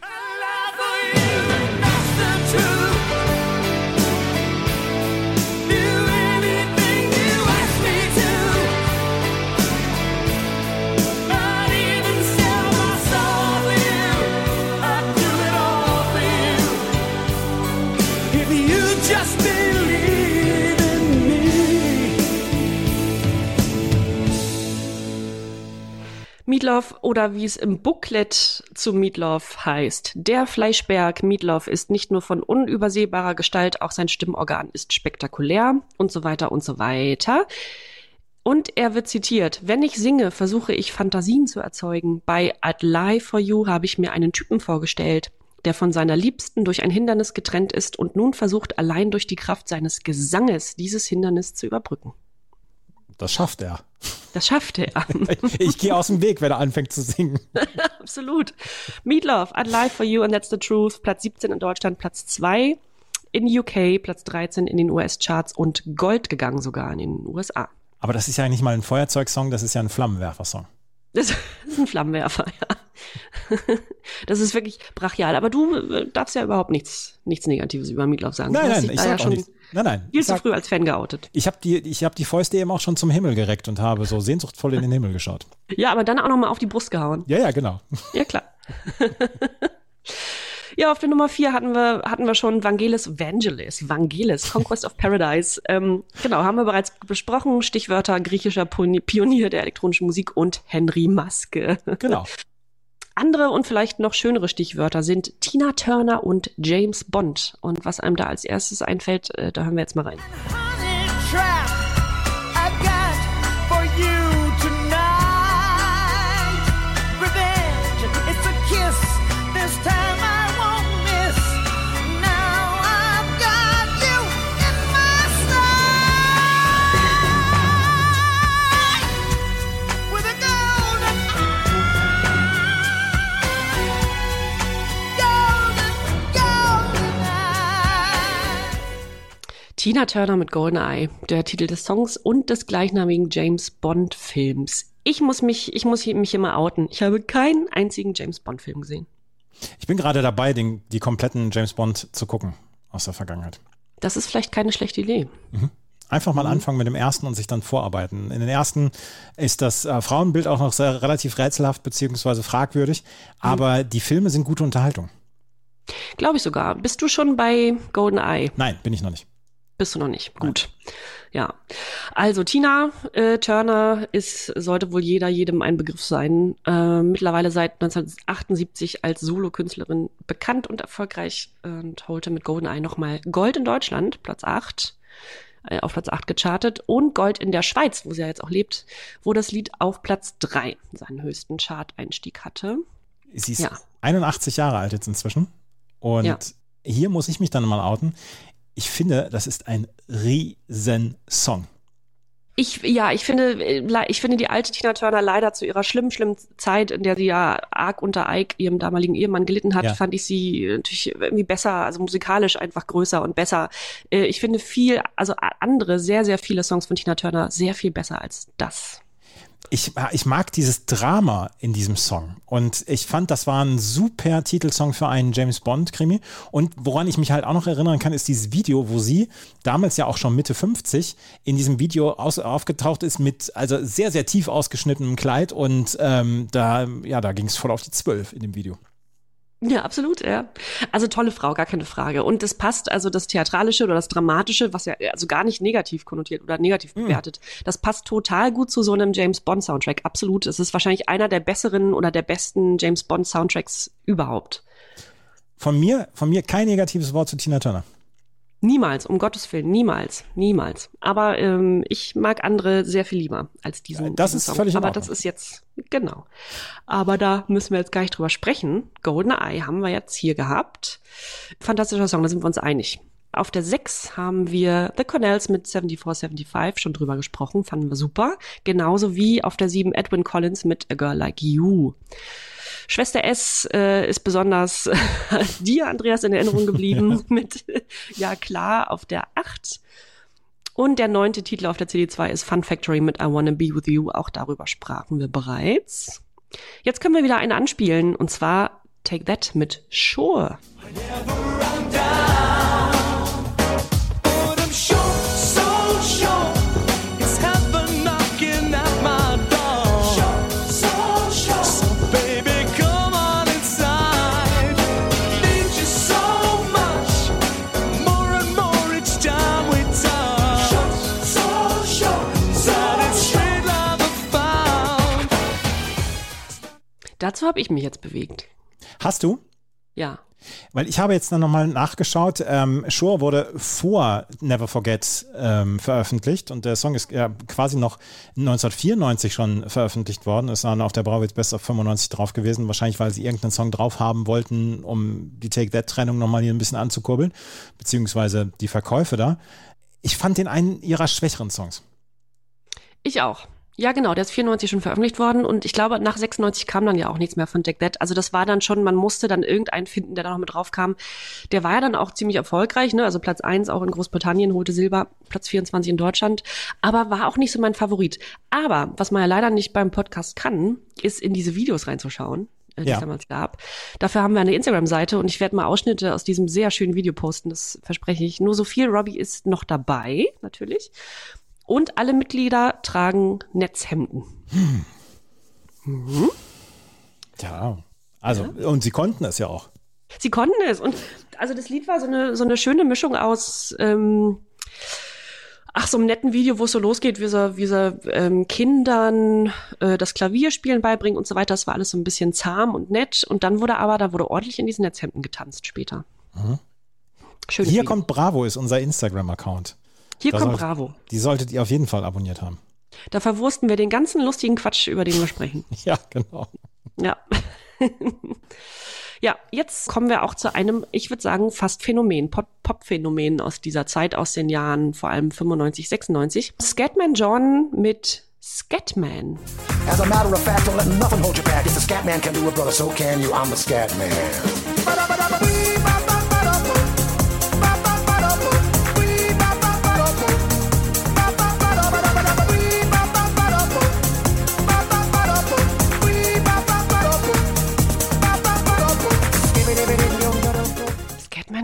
Meatloaf, oder wie es im Booklet zu Meatloaf heißt, der Fleischberg Meatloaf ist nicht nur von unübersehbarer Gestalt, auch sein Stimmorgan ist spektakulär und so weiter und so weiter. Und er wird zitiert: Wenn ich singe, versuche ich Fantasien zu erzeugen. Bei I'd Lie For You habe ich mir einen Typen vorgestellt, der von seiner Liebsten durch ein Hindernis getrennt ist und nun versucht, allein durch die Kraft seines Gesanges dieses Hindernis zu überbrücken. Das schafft er. Das schafft er. Ich gehe aus dem Weg, wenn er anfängt zu singen. Absolut. Meatloaf, I'd Lie For You and That's The Truth, Platz siebzehn in Deutschland, Platz zwei in U K, Platz dreizehn in den U S-Charts und Gold gegangen sogar in den U S A. Aber das ist ja nicht mal ein Feuerzeugsong, das ist ja ein Flammenwerfer-Song. Das ist ein Flammenwerfer, ja. Das ist wirklich brachial. Aber du darfst ja überhaupt nichts, nichts Negatives über Meatloaf sagen. Nein, nein, ich sag ja auch schon nichts. Nein, nein. Viel zu früh als Fan geoutet. Ich habe die, ich hab die Fäuste eben auch schon zum Himmel gereckt und habe so sehnsuchtvoll in den Himmel geschaut. Ja, aber dann auch nochmal auf die Brust gehauen. Ja, ja, genau. Ja, klar. Ja, auf der Nummer vier hatten wir, hatten wir schon Vangelis, Vangelis, Vangelis, Conquest of Paradise. Ähm, genau, haben wir bereits besprochen. Stichwörter: griechischer Pionier der elektronischen Musik und Henry Maske. Genau. Andere und vielleicht noch schönere Stichwörter sind Tina Turner und James Bond. Und was einem da als erstes einfällt, äh, da hören wir jetzt mal rein. Tina Turner mit GoldenEye, der Titel des Songs und des gleichnamigen James-Bond-Films. Ich muss mich, ich muss mich hier mal outen. Ich habe keinen einzigen James-Bond-Film gesehen. Ich bin gerade dabei, den, die kompletten James-Bond zu gucken aus der Vergangenheit. Das ist vielleicht keine schlechte Idee. Mhm. Einfach mal mhm. anfangen mit dem ersten und sich dann vorarbeiten. In den ersten ist das äh, Frauenbild auch noch sehr relativ rätselhaft beziehungsweise fragwürdig, aber mhm. die Filme sind gute Unterhaltung. Glaube ich sogar. Bist du schon bei GoldenEye? Nein, bin ich noch nicht. Bist du noch nicht? Gut. Ja. Also Tina äh, Turner ist, sollte wohl jeder, jedem ein Begriff sein. Äh, mittlerweile seit neunzehnhundertachtundsiebzig als Solokünstlerin bekannt und erfolgreich und holte mit GoldenEye nochmal Gold in Deutschland, Platz acht, äh, auf Platz acht gechartet und Gold in der Schweiz, wo sie ja jetzt auch lebt, wo das Lied auf Platz drei seinen höchsten Chart-Einstieg hatte. Sie ist ja. einundachtzig Jahre alt jetzt inzwischen und ja. hier muss ich mich dann mal outen. Ich finde, das ist ein Riesensong. Ich, ja, ich finde, ich finde die alte Tina Turner leider zu ihrer schlimmen, schlimmen Zeit, in der sie ja arg unter Ike, ihrem damaligen Ehemann, gelitten hat, ja. fand ich sie natürlich irgendwie besser, also musikalisch einfach größer und besser. Ich finde viel, also andere, sehr, sehr viele Songs von Tina Turner sehr viel besser als das. Ich, ich mag dieses Drama in diesem Song und ich fand, das war ein super Titelsong für einen James-Bond-Krimi und woran ich mich halt auch noch erinnern kann, ist dieses Video, wo sie damals ja auch schon Mitte fünfzig in diesem Video aus, aufgetaucht ist mit also sehr, sehr tief ausgeschnittenem Kleid und ähm, da, ja, da ging es voll auf die Zwölf in dem Video. Ja, absolut, ja. Also tolle Frau, gar keine Frage. Und es passt, also das Theatralische oder das Dramatische, was ja also gar nicht negativ konnotiert oder negativ mhm. bewertet, das passt total gut zu so einem James-Bond-Soundtrack. Absolut. Es ist wahrscheinlich einer der besseren oder der besten James-Bond-Soundtracks überhaupt. Von mir, von mir kein negatives Wort zu Tina Turner. Niemals, um Gottes Willen, niemals, niemals. Aber ähm, ich mag andere sehr viel lieber als diesen. Ja, das diesen ist Song. völlig in Aber Ordnung. das ist jetzt, genau. Aber da müssen wir jetzt gar nicht drüber sprechen. GoldenEye haben wir jetzt hier gehabt. Fantastischer Song, da sind wir uns einig. Auf der sechs haben wir The Cornells mit vierundsiebzig fünfundsiebzig, schon drüber gesprochen, fanden wir super. Genauso wie auf der sieben Edwyn Collins mit A Girl Like You. Schwester S äh, ist besonders äh, dir, Andreas, in Erinnerung geblieben ja. mit Ja klar auf der acht. Und der neunte Titel auf der C D zwei ist Fun Factory mit I Wanna Be With You. Auch darüber sprachen wir bereits. Jetzt können wir wieder eine anspielen, und zwar Take That mit Sure. Dazu habe ich mich jetzt bewegt. Hast du? Ja. Weil ich habe jetzt dann nochmal nachgeschaut, ähm, Sure wurde vor Never Forget ähm, veröffentlicht und der Song ist ja quasi noch neunzehnhundertvierundneunzig schon veröffentlicht worden, ist dann auf der Bravo Hits Best of fünfundneunzig drauf gewesen, wahrscheinlich weil sie irgendeinen Song drauf haben wollten, um die Take That Trennung nochmal hier ein bisschen anzukurbeln, beziehungsweise die Verkäufe da. Ich fand den einen ihrer schwächeren Songs. Ich auch. Ja, genau, der ist vierundneunzig schon veröffentlicht worden und ich glaube, nach sechsundneunzig kam dann ja auch nichts mehr von Take That. Also das war dann schon, man musste dann irgendeinen finden, der da noch mit drauf kam. Der war ja dann auch ziemlich erfolgreich, ne? Also Platz eins auch in Großbritannien, holte Silber, Platz vierundzwanzig in Deutschland, aber war auch nicht so mein Favorit. Aber was man ja leider nicht beim Podcast kann, ist in diese Videos reinzuschauen, die ja. es damals gab. Dafür haben wir eine Instagram-Seite und ich werde mal Ausschnitte aus diesem sehr schönen Video posten, das verspreche ich. Nur so viel, Robbie ist noch dabei, natürlich. Und alle Mitglieder tragen Netzhemden. Hm. Mhm. Ja, also, ja. Und sie konnten es ja auch. Sie konnten es. Und also das Lied war so eine, so eine schöne Mischung aus, ähm, ach, so einem netten Video, wo es so losgeht, wie so, wie so ähm, Kindern äh, das Klavierspielen beibringen und so weiter. Das war alles so ein bisschen zahm und nett. Und dann wurde aber, da wurde ordentlich in diesen Netzhemden getanzt später. Mhm. Schönes Hier Video. Kommt Bravo, ist unser Instagram-Account. Hier da kommt sollt, Bravo. Die solltet ihr auf jeden Fall abonniert haben. Da verwursten wir den ganzen lustigen Quatsch, über den wir sprechen. Ja, genau. Ja. Ja, jetzt kommen wir auch zu einem, ich würde sagen, fast Phänomen, Pop-Phänomen aus dieser Zeit, aus den Jahren vor allem fünfundneunzig, sechsundneunzig. Scatman John mit Scatman. As a matter of fact, don't let nothing hold you back. If the Scatman can do it, brother, so can you. I'm the Scatman.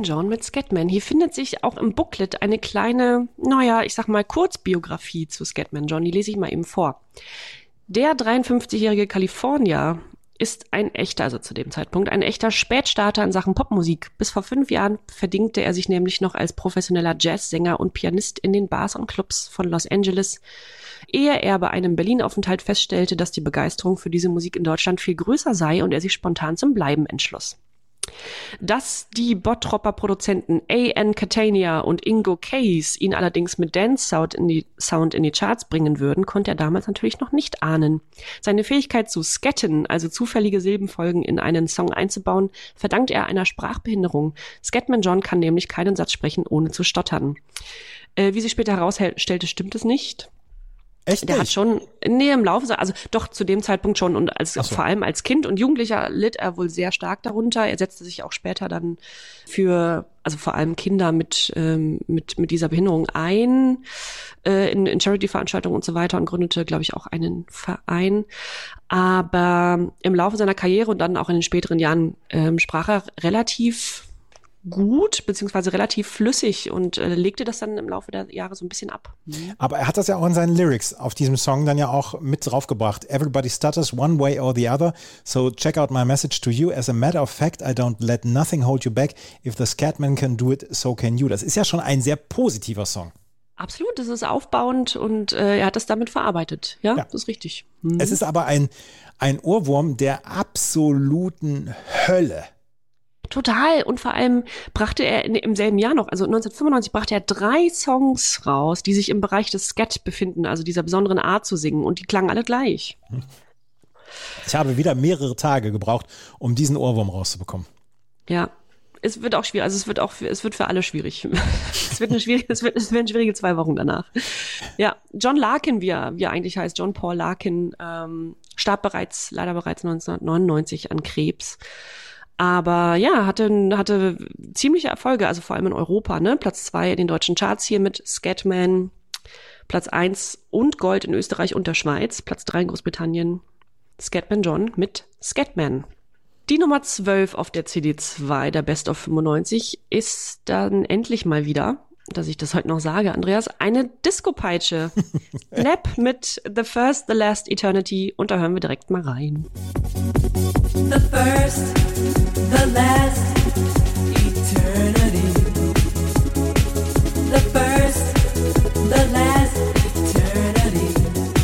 Scatman John mit Scatman. Hier findet sich auch im Booklet eine kleine, naja, ich sag mal Kurzbiografie zu Scatman John. Die lese ich mal eben vor. Der dreiundfünfzigjährige Kalifornier ist ein echter, also zu dem Zeitpunkt, ein echter Spätstarter in Sachen Popmusik. Bis vor fünf Jahren verdingte er sich nämlich noch als professioneller Jazzsänger und Pianist in den Bars und Clubs von Los Angeles, ehe er bei einem Berlin-Aufenthalt feststellte, dass die Begeisterung für diese Musik in Deutschland viel größer sei und er sich spontan zum Bleiben entschloss. Dass die Bottropper Produzenten A N Catania und Ingo Case ihn allerdings mit Dance Sound in, die, Sound in die Charts bringen würden, konnte er damals natürlich noch nicht ahnen. Seine Fähigkeit zu scatten, also zufällige Silbenfolgen in einen Song einzubauen, verdankt er einer Sprachbehinderung. Scatman John kann nämlich keinen Satz sprechen, ohne zu stottern. Äh, wie sich später herausstellte, stimmt es nicht. Echt Der nicht? hat schon, nee, im Laufe, also doch zu dem Zeitpunkt schon und als Ach so. vor allem als Kind und Jugendlicher litt er wohl sehr stark darunter. Er setzte sich auch später dann für, also vor allem Kinder mit ähm, mit mit dieser Behinderung ein äh, in, in Charity-Veranstaltungen und so weiter und gründete, glaube ich, auch einen Verein. Aber im Laufe seiner Karriere und dann auch in den späteren Jahren ähm, sprach er relativ gut, beziehungsweise relativ flüssig und äh, legte das dann im Laufe der Jahre so ein bisschen ab. Aber er hat das ja auch in seinen Lyrics auf diesem Song dann ja auch mit draufgebracht. Everybody stutters one way or the other, so check out my message to you. As a matter of fact, I don't let nothing hold you back. If the Scatman can do it, so can you. Das ist ja schon ein sehr positiver Song. Absolut, das ist aufbauend und äh, er hat das damit verarbeitet. Ja, Ja. das ist richtig. Mhm. Es ist aber ein, ein Ohrwurm der absoluten Hölle. Total. Und vor allem brachte er in, im selben Jahr noch, also neunzehnhundertfünfundneunzig, brachte er drei Songs raus, die sich im Bereich des Scat befinden, also dieser besonderen Art zu singen. Und die klangen alle gleich. Ich habe wieder mehrere Tage gebraucht, um diesen Ohrwurm rauszubekommen. Ja. Es wird auch schwierig, also es wird auch, für, es wird für alle schwierig. es wird eine schwierige, es wird, es werden schwierige zwei Wochen danach. Ja, John Larkin, wie er, wie er eigentlich heißt, John Paul Larkin, ähm, starb bereits, leider bereits neunzehnhundertneunundneunzig an Krebs. Aber ja, hatte, hatte ziemliche Erfolge, also vor allem in Europa, ne? Platz zwei in den deutschen Charts hier mit Scatman, Platz eins und Gold in Österreich und der Schweiz, Platz drei in Großbritannien, Scatman John mit Scatman. Die Nummer zwölf auf der C D zwei der Best of fünfundneunzig ist dann endlich mal wieder, dass ich das heute noch sage, Andreas, eine Disco-Peitsche. Snap mit The First, The Last Eternity und da hören wir direkt mal rein. The first, the last eternity. The first, the last eternity.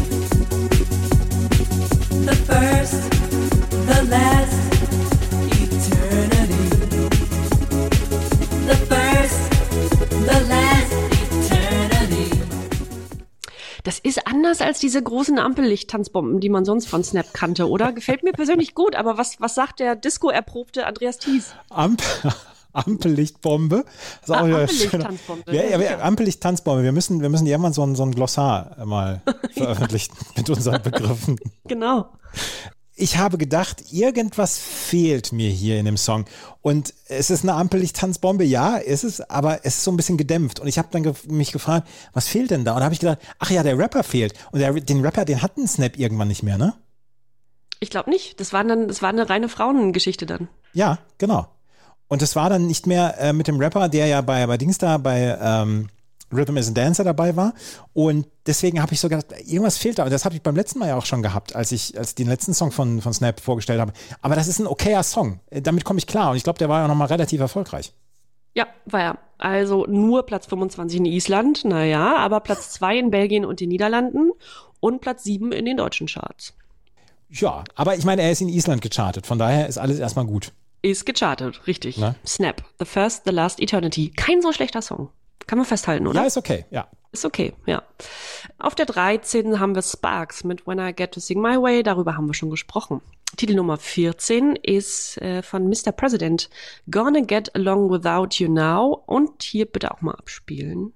The first, the last eternity. The first, the last eternity. Das ist anders als diese großen Ampellicht-Tanzbomben, die man sonst von Snap kannte, oder? Gefällt mir persönlich gut, aber was, was sagt der Disco-erprobte Andreas Thies? Amp Ampellichtbombe. Das ist Ah, auch wieder Ampellicht-Tanzbombe. Ja, ja, Ja. Ampellicht-Tanzbombe. Wir müssen, wir müssen irgendwann so ein, so ein Glossar mal veröffentlichen mit unseren Begriffen. Genau. Ich habe gedacht, irgendwas fehlt mir hier in dem Song. Und es ist eine Ampellicht-Tanzbombe, ja, ist es, aber es ist so ein bisschen gedämpft. Und ich habe dann ge- mich gefragt, was fehlt denn da? Und da habe ich gedacht, ach ja, der Rapper fehlt. Und der, den Rapper, den hat ein Snap irgendwann nicht mehr, ne? Ich glaube nicht. Das war dann, das war eine reine Frauengeschichte dann. Ja, genau. Und es war dann nicht mehr äh, mit dem Rapper, der ja bei, bei Dings da, bei ähm, Rhythm is a Dancer dabei war. Und deswegen habe ich so gedacht, irgendwas fehlt da. Und das habe ich beim letzten Mal ja auch schon gehabt, als ich, als ich den letzten Song von, von Snap vorgestellt habe. Aber das ist ein okayer Song. Äh, Damit komme ich klar. Und ich glaube, der war ja nochmal relativ erfolgreich. Ja, war er. Also nur Platz fünfundzwanzig in Island, naja, aber Platz zwei in Belgien und den Niederlanden und Platz sieben in den deutschen Charts. Ja, aber ich meine, er ist in Island gechartet. Von daher ist alles erstmal gut. Ist gechartet, richtig. Na? Snap, The First, The Last Eternity. Kein so schlechter Song. Kann man festhalten, oder? Ja, ist okay, ja. Ist okay, ja. Auf der dreizehn haben wir Sparks mit When I Get to Sing My Way. Darüber haben wir schon gesprochen. Titel Nummer vierzehn ist äh, von Mister President. Gonna Get Along Without You Now. Und hier bitte auch mal abspielen.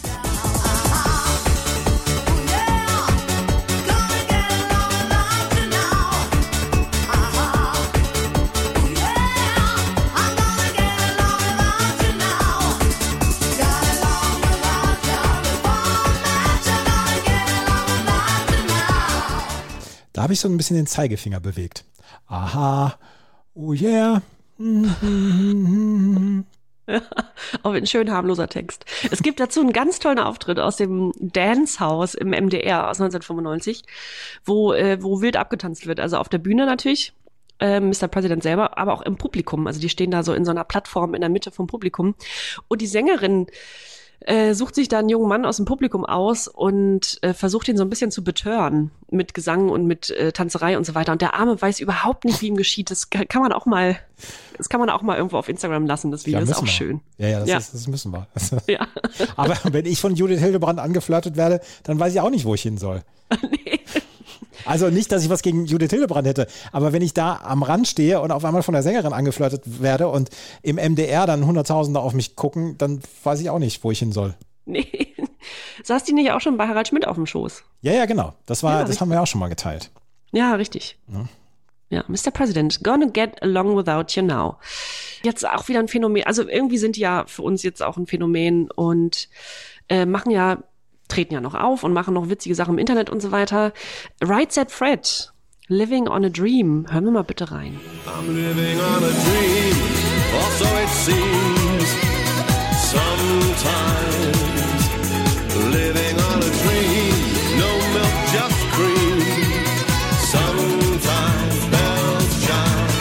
Da habe ich so ein bisschen den Zeigefinger bewegt. Aha, oh yeah. Auch ein schön harmloser Text. Es gibt dazu einen ganz tollen Auftritt aus dem Dance-Haus im M D R aus neunzehnhundertfünfundneunzig, wo, äh, wo wild abgetanzt wird. Also auf der Bühne natürlich, äh, Mister President selber, aber auch im Publikum. Also die stehen da so in so einer Plattform in der Mitte vom Publikum. Und die Sängerin äh, sucht sich da einen jungen Mann aus dem Publikum aus und äh, versucht ihn so ein bisschen zu betören mit Gesang und mit äh, Tanzerei und so weiter. Und der Arme weiß überhaupt nicht, wie ihm geschieht. Das kann man auch mal, das kann man auch mal irgendwo auf Instagram lassen. Das Video Ja, ist auch müssen wir. schön. Ja, ja, das, Ja. Ist, das müssen wir. Ja. Aber wenn ich von Judith Hildebrandt angeflirtet werde, dann weiß ich auch nicht, wo ich hin soll. Nee. Also nicht, dass ich was gegen Judith Hildebrandt hätte, aber wenn ich da am Rand stehe und auf einmal von der Sängerin angeflirtet werde und im M D R dann Hunderttausende auf mich gucken, dann weiß ich auch nicht, wo ich hin soll. Nee. Saß die nicht auch schon bei Harald Schmidt auf dem Schoß? Ja, ja, genau. Das war, Ja, das richtig. haben wir ja auch schon mal geteilt. Ja, richtig. Ja. Ja, Mister President, gonna get along without you now. Jetzt auch wieder ein Phänomen. Also irgendwie sind die ja für uns jetzt auch ein Phänomen und äh, machen ja, treten ja noch auf und machen noch witzige Sachen im Internet und so weiter. Right Said Fred, Living on a Dream. Hören wir mal bitte rein. I'm living on a dream, or so it seems. Sometimes living on a dream, no milk, just cream. Sometimes bells chime.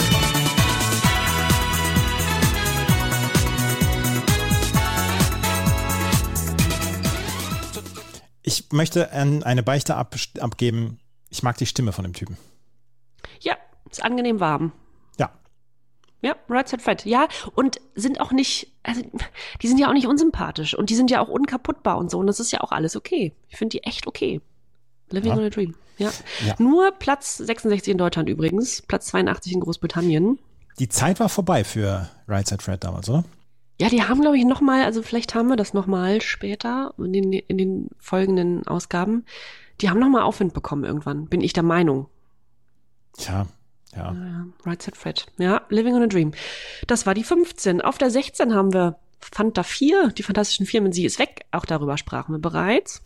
Ich möchte ein, eine Beichte ab, abgeben. Ich mag die Stimme von dem Typen. Ja, ist angenehm warm. Ja. Ja, Right Said Fred. Ja, und sind auch nicht, also die sind ja auch nicht unsympathisch und die sind ja auch unkaputtbar und so und das ist ja auch alles okay. Ich finde die echt okay. Living Ja. on a Dream. Ja. Ja. Nur Platz sechsundsechzig in Deutschland übrigens, Platz zweiundachtzig in Großbritannien. Die Zeit war vorbei für Right Said Fred damals, oder? Ja, die haben, glaube ich, nochmal, also vielleicht haben wir das nochmal später in den, in den folgenden Ausgaben. Die haben nochmal Aufwind bekommen irgendwann, bin ich der Meinung. Tja, ja. Ja, Right Said Fred. Ja, Living on a Dream. Das war die fünfzehn. Auf der sechzehn haben wir Fanta vier, die Fantastischen Vier mit Sie ist weg. Auch darüber sprachen wir bereits.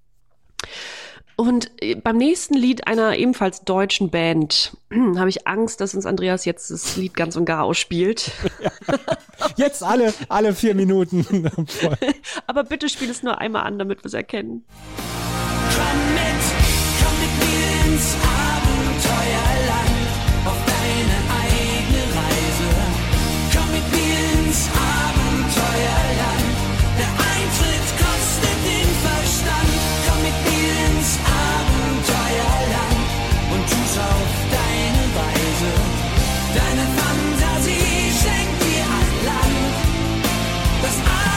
Und äh, beim nächsten Lied einer ebenfalls deutschen Band habe ich Angst, dass uns Andreas jetzt das Lied ganz und gar ausspielt. Jetzt alle, alle vier Minuten. Aber bitte spiel es nur einmal an, damit wir es erkennen. Komm mit, komm mit mir ins Abenteuerland, auf deine eigene Reise. Komm mit mir ins Abenteuerland, der Eintritt kostet den Verstand. Komm mit mir ins Abenteuerland und tu's auf deine Weise. Deine Fantasie schenkt dir ein Land, das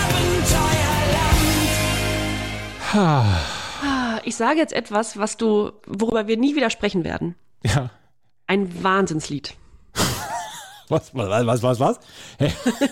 Abenteuerland. Ich sage jetzt etwas, was du, worüber wir nie wieder sprechen werden. Ja. Ein Wahnsinnslied. Was, was, was, was, was? Hä?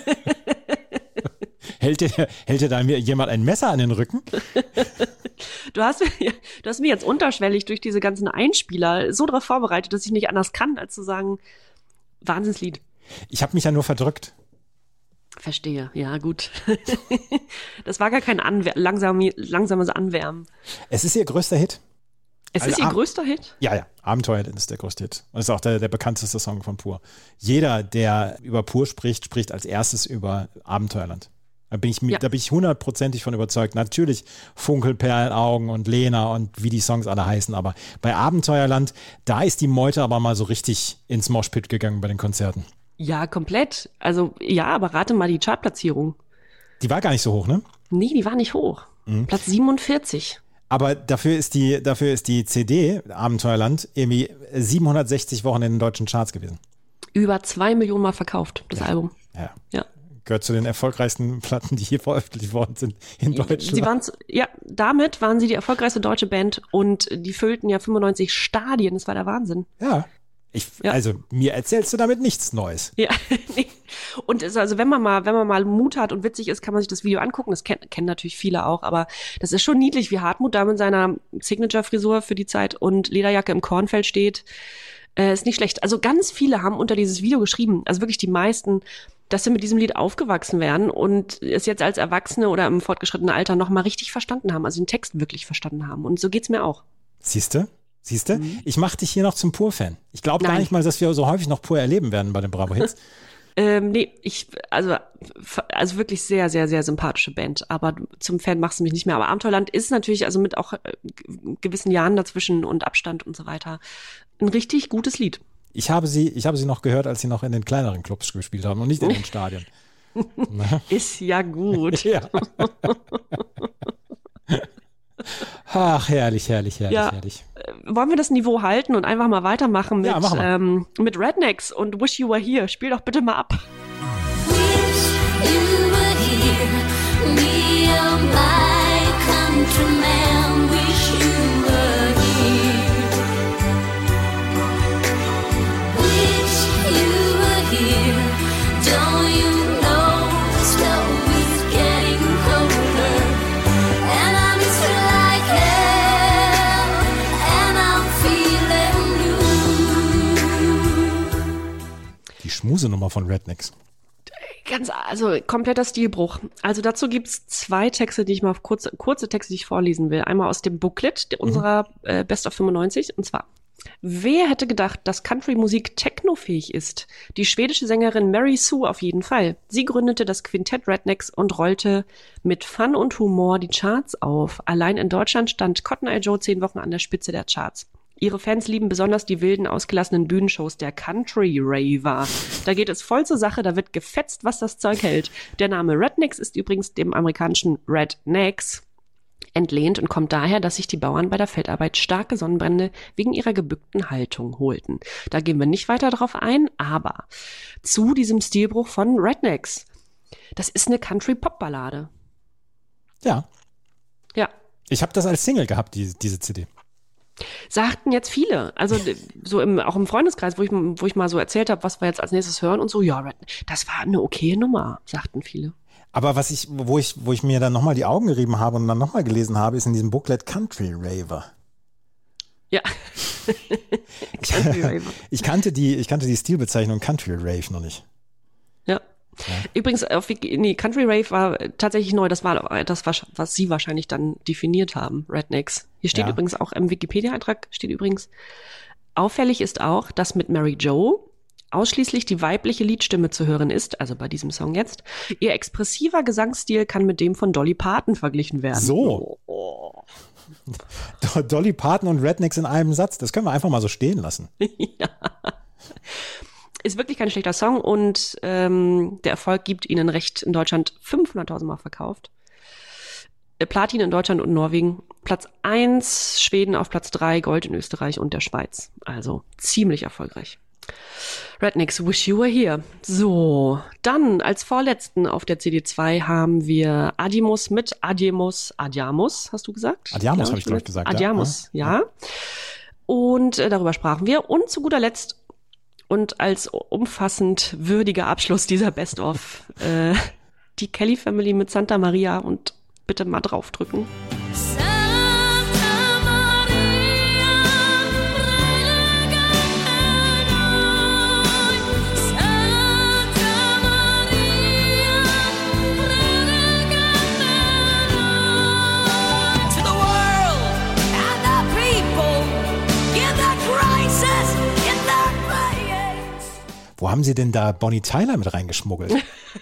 hält, dir, hält dir da mir jemand ein Messer an den Rücken? Du hast, du hast mich jetzt unterschwellig durch diese ganzen Einspieler so darauf vorbereitet, dass ich nicht anders kann, als zu sagen, Wahnsinnslied. Ich habe mich ja nur verdrückt. Verstehe, ja gut. Das war gar kein Anwer- langsam, langsames Anwärmen. Es ist ihr größter Hit. Es Also ist ihr Ab- größter Hit? Ja, ja. Abenteuer ist der größte Hit. Und ist auch der, der bekannteste Song von Pur. Jeder, der über Pur spricht, spricht als erstes über Abenteuerland. Da bin ich, mir- Ja. da bin ich hundertprozentig von überzeugt. Natürlich Funkelperlenaugen und Lena und wie die Songs alle heißen. Aber bei Abenteuerland, da ist die Meute aber mal so richtig ins Moshpit gegangen bei den Konzerten. Ja, komplett. Also ja, aber rate mal die Chartplatzierung. Die war gar nicht so hoch, ne? Nee, die war nicht hoch. Mhm. Platz siebenundvierzig. Aber dafür ist die, dafür ist die C D Abenteuerland irgendwie siebenhundertsechzig Wochen in den deutschen Charts gewesen. Über zwei Millionen Mal verkauft, das Ja. Album. Ja. Ja. Gehört zu den erfolgreichsten Platten, die hier veröffentlicht worden sind in Deutschland. Sie waren, ja, damit waren sie die erfolgreichste deutsche Band und die füllten ja fünfundneunzig Stadien. Das war der Wahnsinn. Ja. Ich, Ja. Also, mir erzählst du damit nichts Neues. Ja, nee. Und es, also wenn man mal, wenn man mal Mut hat und witzig ist, kann man sich das Video angucken. Das kennen, kennen natürlich viele auch, aber das ist schon niedlich, wie Hartmut da mit seiner Signature-Frisur für die Zeit und Lederjacke im Kornfeld steht. Äh, ist nicht schlecht. Also ganz viele haben unter dieses Video geschrieben, also wirklich die meisten, dass sie mit diesem Lied aufgewachsen wären und es jetzt als Erwachsene oder im fortgeschrittenen Alter noch mal richtig verstanden haben, also den Text wirklich verstanden haben. Und so geht's mir auch. Siehste? Siehst du? Ich mache dich hier noch zum Pur-Fan. Ich glaube gar Nein. nicht mal, dass wir so häufig noch Pur erleben werden bei den Bravo-Hits. Ähm, nee, ich, also, also wirklich sehr, sehr, sehr sympathische Band. Aber zum Fan machst du mich nicht mehr. Aber Abenteuerland ist natürlich, also mit auch äh, gewissen Jahren dazwischen und Abstand und so weiter, ein richtig gutes Lied. Ich habe sie, ich habe sie noch gehört, als sie noch in den kleineren Clubs gespielt haben und nicht in den Stadien. Ist ja gut. Ja. Ach, herrlich, herrlich, herrlich, ja. herrlich. Wollen wir das Niveau halten und einfach mal weitermachen mit, ja, machen wir. ähm, mit Rednecks und Wish You Were Here? Spiel doch bitte mal ab. Wish you were here, me oh my countryman, wish you were here. Wish you were here, don't you know the snow is getting colder, and I miss you like hell, and I'm feeling blue. Die Schmusenummer von Rednecks. Ganz, also kompletter Stilbruch. Also dazu gibt's zwei Texte, die ich mal kurz, kurze Texte, die ich vorlesen will. Einmal aus dem Booklet mhm. unserer äh, Best of fünfundneunzig, und zwar: Wer hätte gedacht, dass Country-Musik technofähig ist? Die schwedische Sängerin Mary Sue auf jeden Fall. Sie gründete das Quintett Rednecks und rollte mit Fun und Humor die Charts auf. Allein in Deutschland stand Cotton Eye Joe zehn Wochen an der Spitze der Charts. Ihre Fans lieben besonders die wilden, ausgelassenen Bühnenshows der Country Raver. Da geht es voll zur Sache, da wird gefetzt, was das Zeug hält. Der Name Rednecks ist übrigens dem amerikanischen Rednecks entlehnt und kommt daher, dass sich die Bauern bei der Feldarbeit starke Sonnenbrände wegen ihrer gebückten Haltung holten. Da gehen wir nicht weiter drauf ein, aber zu diesem Stilbruch von Rednecks. Das ist eine Country-Pop-Ballade. Ja. Ja. Ich habe das als Single gehabt, die, diese C D. Sagten jetzt viele, also so im, auch im Freundeskreis, wo ich, wo ich mal so erzählt habe, was wir jetzt als nächstes hören und so, ja, das war eine okaye Nummer, sagten viele. Aber was ich, wo ich, wo ich mir dann nochmal die Augen gerieben habe und dann nochmal gelesen habe, ist in diesem Booklet Country Raver. Ja. Country Raver. Ich kannte die, ich kannte die Stilbezeichnung Country Rave noch nicht. Ja. Ja. Übrigens, auf Wiki, nee, Country Rave war tatsächlich neu. Das war das, was, was Sie wahrscheinlich dann definiert haben, Rednecks. Hier steht ja. übrigens auch im Wikipedia-Eintrag, steht übrigens, auffällig ist auch, dass mit Mary Joe ausschließlich die weibliche Liedstimme zu hören ist, also bei diesem Song jetzt. Ihr expressiver Gesangsstil kann mit dem von Dolly Parton verglichen werden. So. Oh. Dolly Parton und Rednecks in einem Satz, das können wir einfach mal so stehen lassen. Ja. Ist wirklich kein schlechter Song und ähm, der Erfolg gibt ihnen recht, in Deutschland fünfhunderttausend Mal verkauft. Platin in Deutschland und Norwegen, Platz eins, Schweden auf Platz drei, Gold in Österreich und der Schweiz. Also ziemlich erfolgreich. Rednecks, Wish You Were Here. So, dann als vorletzten auf der C D zwei haben wir Adimus mit Adimus, Adiamus, hast du gesagt? Adiamus habe ich, glaube ich, gesagt. Adiamus, ja. ja. Und äh, darüber sprachen wir. Und zu guter Letzt und als umfassend würdiger Abschluss dieser Best-of äh, die Kelly Family mit Santa Maria und bitte mal draufdrücken. Wo haben Sie denn da Bonnie Tyler mit reingeschmuggelt?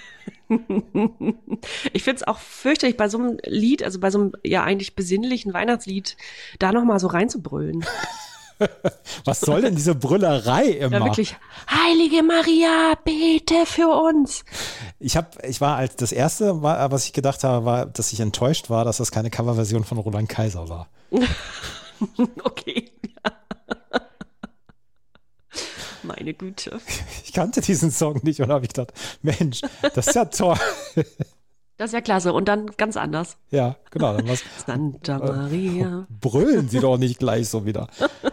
Ich finde es auch fürchterlich, bei so einem Lied, also bei so einem ja eigentlich besinnlichen Weihnachtslied, da nochmal so reinzubrüllen. Was soll denn diese Brüllerei immer? Ja, wirklich. Heilige Maria, bete für uns. Ich habe, ich war als das erste, war, was ich gedacht habe, war, dass ich enttäuscht war, dass das keine Coverversion von Roland Kaiser war. Okay. Ja. Meine Güte. Ich kannte diesen Song nicht und habe ich gedacht, Mensch, das ist ja toll. Das ist ja klasse. Und dann ganz anders. Ja, genau. Dann was, Santa Maria. Äh, brüllen Sie doch nicht gleich so wieder.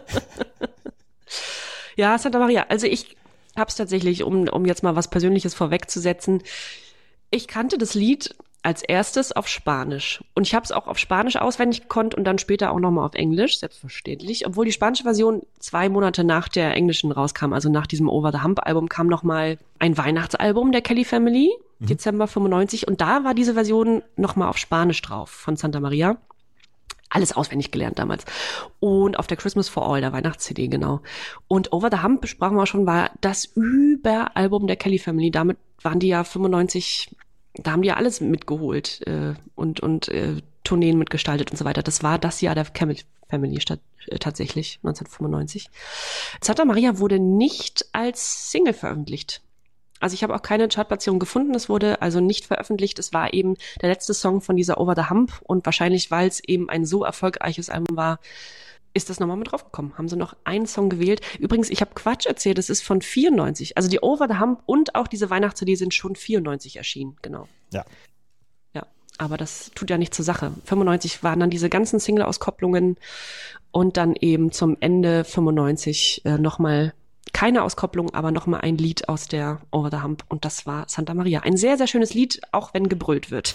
Ja, Santa Maria. Also ich habe es tatsächlich, um, um jetzt mal was Persönliches vorwegzusetzen, ich kannte das Lied als erstes auf Spanisch. Und ich habe es auch auf Spanisch auswendig gekonnt und dann später auch nochmal auf Englisch, selbstverständlich. Obwohl die spanische Version zwei Monate nach der englischen rauskam, also nach diesem Over the Hump Album, kam nochmal ein Weihnachtsalbum der Kelly Family, mhm. Dezember fünfundneunzig. Und da war diese Version nochmal auf Spanisch drauf von Santa Maria. Alles auswendig gelernt damals. Und auf der Christmas for All, der Weihnachts-C D, genau. Und Over the Hump, besprachen wir schon, war das Überalbum der Kelly Family. Damit waren die ja fünfundneunzig, da haben die ja alles mitgeholt äh, und, und äh, Tourneen mitgestaltet und so weiter. Das war das Jahr der Kelly Family statt, äh, tatsächlich, neunzehnhundertfünfundneunzig. Santa Maria wurde nicht als Single veröffentlicht. Also ich habe auch keine Chartplatzierung gefunden, es wurde also nicht veröffentlicht. Es war eben der letzte Song von dieser Over the Hump und wahrscheinlich, weil es eben ein so erfolgreiches Album war, ist das nochmal mit draufgekommen. Haben sie noch einen Song gewählt. Übrigens, ich habe Quatsch erzählt, das ist von vierundneunzig. Also die Over the Hump und auch diese Weihnachts-C D sind schon vierundneunzig erschienen, genau. Ja. Ja, aber das tut ja nicht zur Sache. fünfundneunzig waren dann diese ganzen Single-Auskopplungen und dann eben zum Ende fünfundneunzig äh, nochmal keine Auskopplung, aber nochmal ein Lied aus der Over the Hump und das war Santa Maria. Ein sehr, sehr schönes Lied, auch wenn gebrüllt wird.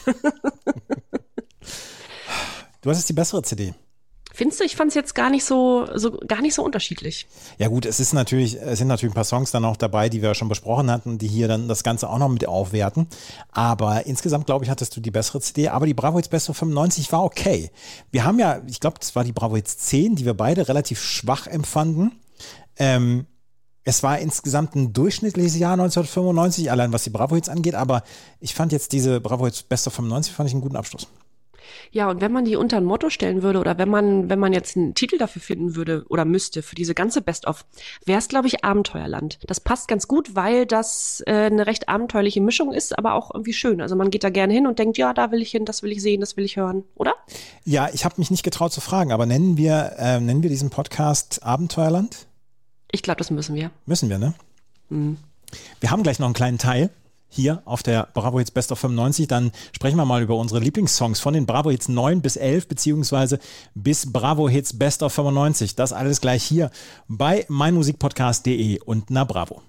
Du hast jetzt die bessere C D. Findest du, ich fand es jetzt gar nicht so, so, gar nicht so unterschiedlich. Ja gut, es ist natürlich, es sind natürlich ein paar Songs dann auch dabei, die wir schon besprochen hatten, die hier dann das Ganze auch noch mit aufwerten. Aber insgesamt, glaube ich, hattest du die bessere C D. Aber die Bravo Hits Best of fünfundneunzig war okay. Wir haben ja, ich glaube, das war die Bravo Hits zehn, die wir beide relativ schwach empfanden. Ähm, Es war insgesamt ein durchschnittliches Jahr neunzehnhundertfünfundneunzig, allein was die Bravo-Hits angeht, aber ich fand jetzt diese Bravo-Hits Best of fünfundneunzig, fand ich einen guten Abschluss. Ja, und wenn man die unter ein Motto stellen würde oder wenn man wenn man jetzt einen Titel dafür finden würde oder müsste für diese ganze Best-of, wäre es, glaube ich, Abenteuerland. Das passt ganz gut, weil das äh, eine recht abenteuerliche Mischung ist, aber auch irgendwie schön. Also man geht da gerne hin und denkt, ja, da will ich hin, das will ich sehen, das will ich hören, oder? Ja, ich habe mich nicht getraut zu fragen, aber nennen wir, äh, nennen wir diesen Podcast Abenteuerland? Ich glaube, das müssen wir. Müssen wir, ne? Mhm. Wir haben gleich noch einen kleinen Teil hier auf der Bravo Hits Best of fünfundneunzig. Dann sprechen wir mal über unsere Lieblingssongs von den Bravo Hits neun bis elf beziehungsweise bis Bravo Hits Best of fünfundneunzig. Das alles gleich hier bei meinmusikpodcast punkt de und na Bravo.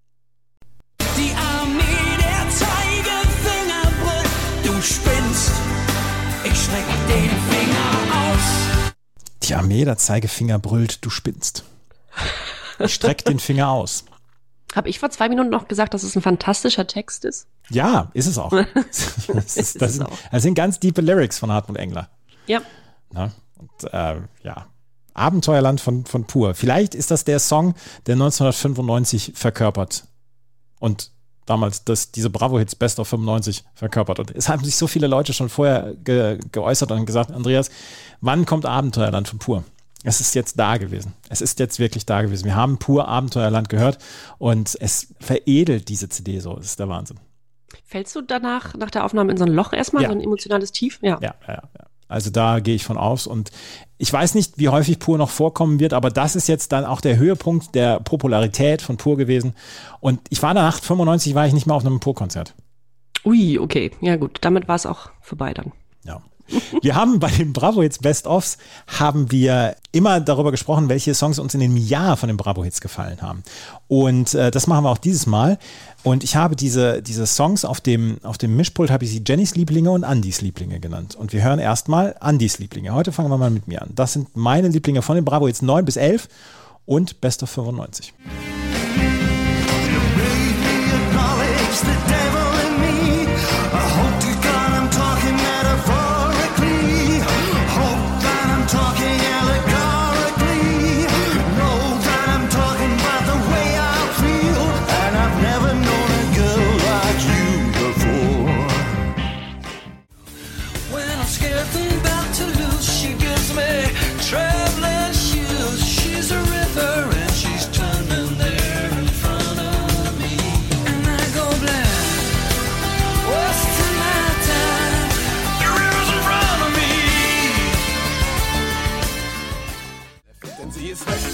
Die Armee der Zeigefinger brüllt, du spinnst, ich streck den Finger aus. Die Armee der Zeigefinger brüllt, du spinnst. Ich streck den Finger aus. Habe ich vor zwei Minuten noch gesagt, dass es ein fantastischer Text ist? Ja, ist es auch. das, ist, das, sind, das sind ganz tiefe Lyrics von Hartmut Engler. Ja. Na, und äh, ja, Abenteuerland von, von Pur. Vielleicht ist das der Song, der neunzehnhundertfünfundneunzig verkörpert. Und damals das, diese Bravo Hits Best of fünfundneunzig verkörpert. Und es haben sich so viele Leute schon vorher ge, geäußert und gesagt, Andreas, wann kommt Abenteuerland von Pur? Es ist jetzt da gewesen. Es ist jetzt wirklich da gewesen. Wir haben Pur Abenteuerland gehört und es veredelt diese C D so. Das ist der Wahnsinn. Fällst du danach, nach der Aufnahme in so ein Loch erstmal, ja. so ein emotionales Tief? Ja, ja, ja, ja. Also da gehe ich von aus und ich weiß nicht, wie häufig Pur noch vorkommen wird, aber das ist jetzt dann auch der Höhepunkt der Popularität von Pur gewesen. Und ich war danach, fünfundneunzig war ich nicht mehr auf einem Pur-Konzert. Ui, okay. Ja gut, damit war es auch vorbei dann. Ja. Wir haben bei den Bravo Hits Best-Offs haben wir immer darüber gesprochen, welche Songs uns in dem Jahr von den Bravo Hits gefallen haben. Und äh, das machen wir auch dieses Mal. Und ich habe diese, diese Songs auf dem, auf dem Mischpult, habe ich sie Jennys Lieblinge und Andys Lieblinge genannt. Und wir hören erstmal Andys Lieblinge. Heute fangen wir mal mit mir an. Das sind meine Lieblinge von den Bravo Hits neun bis elf und Best of fünfundneunzig. Traveling shoes, she's a river and she's turning there in front of me. And I go blind, wasting my time, the river's in front of me. Denn sie ist weg,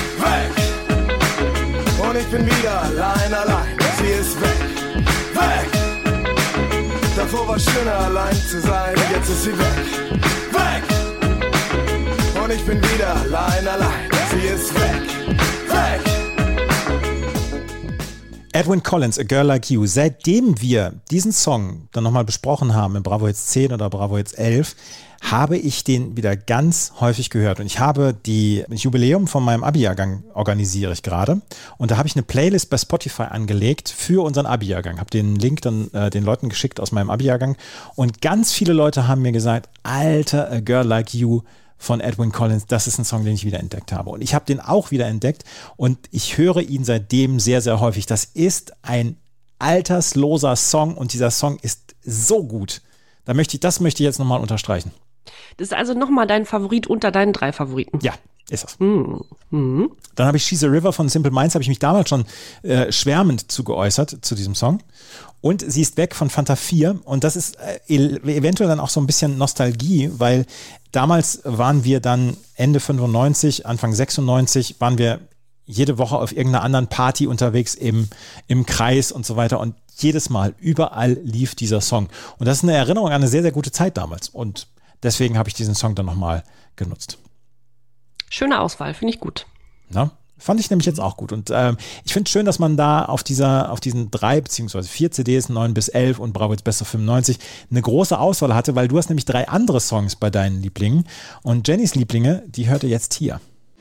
weg. Und ich bin wieder allein, allein. Sie ist weg, weg. Davor war schöner allein zu sein, jetzt ist sie weg, weg. Und ich bin wieder allein, allein. Sie ist weg, weg. Edwyn Collins, A Girl Like You. Seitdem wir diesen Song dann nochmal besprochen haben in Bravo Hits zehn oder Bravo Hits elf, habe ich den wieder ganz häufig gehört. Und ich habe die das Jubiläum von meinem Abi-Jahrgang organisiere ich gerade. Und da habe ich eine Playlist bei Spotify angelegt für unseren Abi-Jahrgang. Habe den Link dann äh, den Leuten geschickt aus meinem Abi-Jahrgang. Und ganz viele Leute haben mir gesagt, Alter, A Girl Like You von Edwyn Collins, das ist ein Song, den ich wieder entdeckt habe. Und ich habe den auch wieder entdeckt und ich höre ihn seitdem sehr, sehr häufig. Das ist ein altersloser Song und dieser Song ist so gut. Da möchte ich, das möchte ich jetzt nochmal unterstreichen. Das ist also nochmal dein Favorit unter deinen drei Favoriten. Ja, ist das. Mhm. Mhm. Dann habe ich She's a River von Simple Minds, habe ich mich damals schon äh, schwärmend zu geäußert, zu diesem Song. Und Sie ist weg von Fanta vier. Und das ist äh, eventuell dann auch so ein bisschen Nostalgie, weil damals waren wir dann Ende fünfundneunzig, Anfang sechsundneunzig, waren wir jede Woche auf irgendeiner anderen Party unterwegs im, im Kreis und so weiter. Und jedes Mal, überall lief dieser Song. Und das ist eine Erinnerung an eine sehr, sehr gute Zeit damals. Und deswegen habe ich diesen Song dann nochmal genutzt. Schöne Auswahl, finde ich gut. Na, fand ich nämlich jetzt auch gut. Und ähm, ich finde es schön, dass man da auf dieser, auf diesen drei beziehungsweise vier C Ds, neun bis elf und Bravo Hits Best of fünfundneunzig, eine große Auswahl hatte, weil du hast nämlich drei andere Songs bei deinen Lieblingen. Und Jennys Lieblinge, die hört ihr jetzt hier.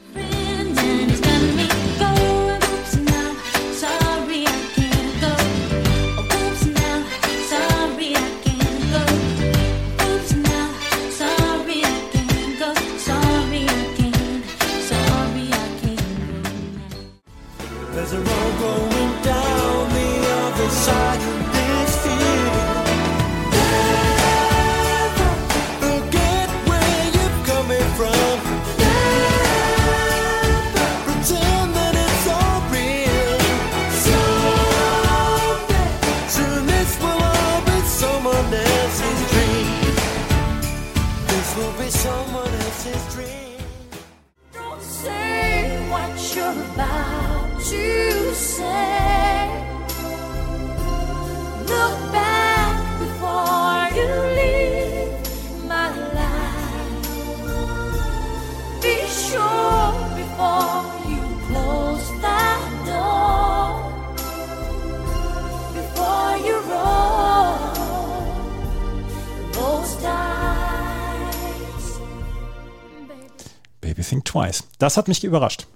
Think Twice. Das hat mich überrascht.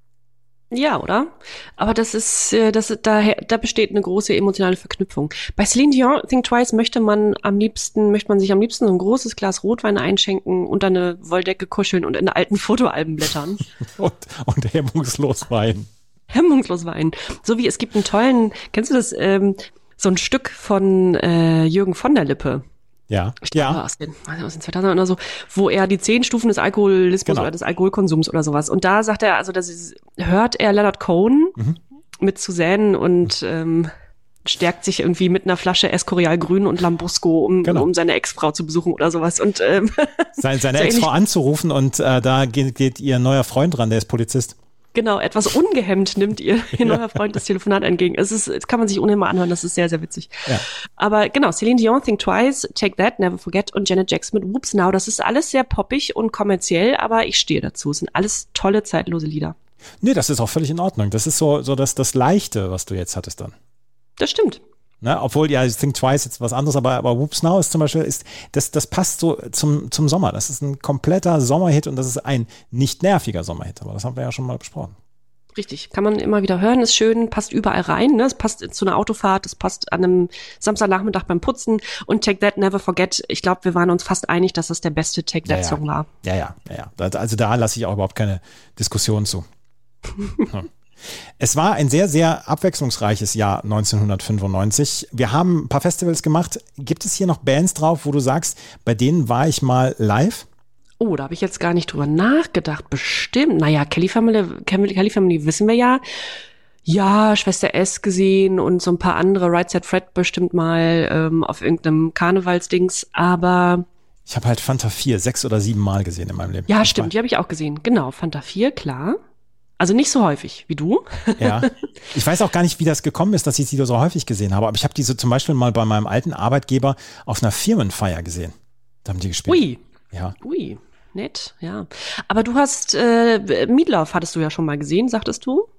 Ja, oder? Aber das ist, das, da, da besteht eine große emotionale Verknüpfung. Bei Celine Dion, Think Twice, möchte man am liebsten, möchte man sich am liebsten so ein großes Glas Rotwein einschenken, unter eine Wolldecke kuscheln und in alten Fotoalben blättern. und, und hemmungslos weinen. Hemmungslos weinen. So wie es gibt einen tollen, kennst du das, ähm, so ein Stück von äh, Jürgen von der Lippe? Ja, ich glaube, ja. aus den, aus den zweitausendern oder so, wo er die zehn Stufen des Alkoholismus genau. oder des Alkoholkonsums oder sowas. Und da sagt er, also das ist, hört er Leonard Cohen mhm. mit Suzanne und ähm, stärkt sich irgendwie mit einer Flasche Escorial Grün und Lambrusco, um, genau. um seine Ex-Frau zu besuchen oder sowas. Und ähm, seine, seine Ex-Frau anzurufen und äh, da geht, geht ihr neuer Freund ran, der ist Polizist. Genau, etwas ungehemmt nimmt ihr, ihr neuer Freund das Telefonat entgegen. Es ist, das kann man sich ohnehin mal anhören, das ist sehr, sehr witzig. Ja. Aber genau, Celine Dion, Think Twice, Take That, Never Forget und Janet Jackson mit Whoops Now. Das ist alles sehr poppig und kommerziell, aber ich stehe dazu. Es sind alles tolle, zeitlose Lieder. Nee, das ist auch völlig in Ordnung. Das ist so, so das, das Leichte, was du jetzt hattest dann. Das stimmt. Ne, obwohl, ja, Think Twice jetzt was anderes, aber, aber Whoops Now ist zum Beispiel, ist, das, das passt so zum, zum Sommer. Das ist ein kompletter Sommerhit und das ist ein nicht nerviger Sommerhit, aber das haben wir ja schon mal besprochen. Richtig, kann man immer wieder hören, ist schön, passt überall rein, ne? Es passt zu einer Autofahrt, es passt an einem Samstagnachmittag beim Putzen und Take That, Never Forget, ich glaube, wir waren uns fast einig, dass das der beste Take That Song war. Ja, ja, ja, ja. Also da lasse ich auch überhaupt keine Diskussion zu. Es war ein sehr, sehr abwechslungsreiches Jahr neunzehnhundertfünfundneunzig. Wir haben ein paar Festivals gemacht. Gibt es hier noch Bands drauf, wo du sagst, bei denen war ich mal live? Oh, da habe ich jetzt gar nicht drüber nachgedacht. Bestimmt. Naja, Kelly Family, Kelly Family wissen wir ja. Ja, Schwester S gesehen und so ein paar andere. Right Said Fred bestimmt mal ähm, auf irgendeinem Karnevalsdings. Aber ich habe halt Fanta vier sechs oder sieben Mal gesehen in meinem Leben. Ja, stimmt. Die habe ich auch gesehen. Genau, Fanta vier, klar. Also nicht so häufig wie du. Ja. Ich weiß auch gar nicht, wie das gekommen ist, dass ich sie so häufig gesehen habe. Aber ich habe die so zum Beispiel mal bei meinem alten Arbeitgeber auf einer Firmenfeier gesehen. Da haben die gespielt. Ui. Ja. Ui. Nett, ja. Aber du hast, äh, Meatloaf hattest du ja schon mal gesehen, sagtest du?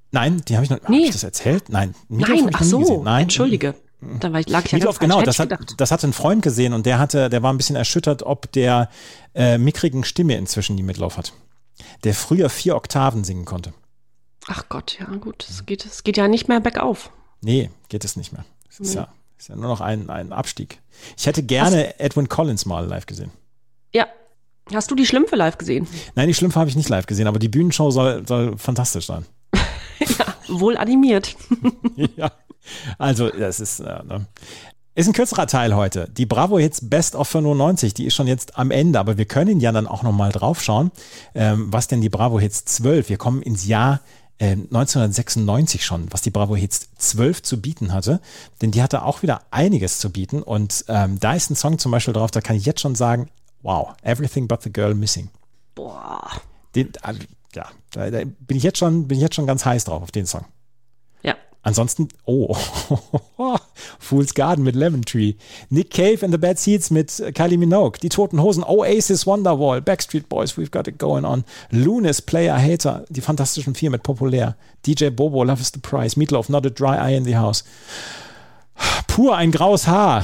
Nein, die habe ich noch. Nee. Habe ich das erzählt? Nein. Meatloaf Nein, hab ich ach noch nie so, gesehen. Nein. entschuldige. Da war ich, lag ich ja Meatloaf, ganz falsch. genau, Hätte das ich hat, gedacht. das hatte ein Freund gesehen und der hatte, der war ein bisschen erschüttert, ob der äh, mickrigen Stimme inzwischen, die Meatloaf hat. Der früher vier Oktaven singen konnte. Ach Gott, ja gut, es geht, es geht ja nicht mehr bergauf. Nee, geht es nicht mehr. Es ist, Nee. ja, ist ja nur noch ein, ein Abstieg. Ich hätte gerne Hast- Edwin Collins mal live gesehen. Ja. Hast du die Schlümpfe live gesehen? Nein, die Schlümpfe habe ich nicht live gesehen, aber die Bühnenshow soll, soll fantastisch sein. Ja, wohl animiert. Ja, also das ist, äh, ne. Ist ein kürzerer Teil heute. Die Bravo Hits Best of fünfundneunzig, die ist schon jetzt am Ende, aber wir können ja dann auch nochmal drauf schauen, ähm, was denn die Bravo Hits zwölf, wir kommen ins Jahr äh, neunzehnhundertsechsundneunzig schon, was die Bravo Hits zwölf zu bieten hatte, denn die hatte auch wieder einiges zu bieten und ähm, da ist ein Song zum Beispiel drauf, da kann ich jetzt schon sagen, wow, Everything But the Girl Missing. Boah. Den, äh, ja, da, da bin ich jetzt schon, bin ich jetzt schon ganz heiß drauf auf den Song. Ja. Ansonsten, oh, Fool's Garden mit Lemon Tree, Nick Cave and the Bad Seeds mit Kylie Minogue, Die Toten Hosen, Oasis, Wonderwall, Backstreet Boys, We've Got It Going On, Lunis, Player, Hater, Die Fantastischen Vier mit Populär, D J Bobo, Love is the Price, Meatloaf, Not a Dry Eye in the House, Pur ein graues Haar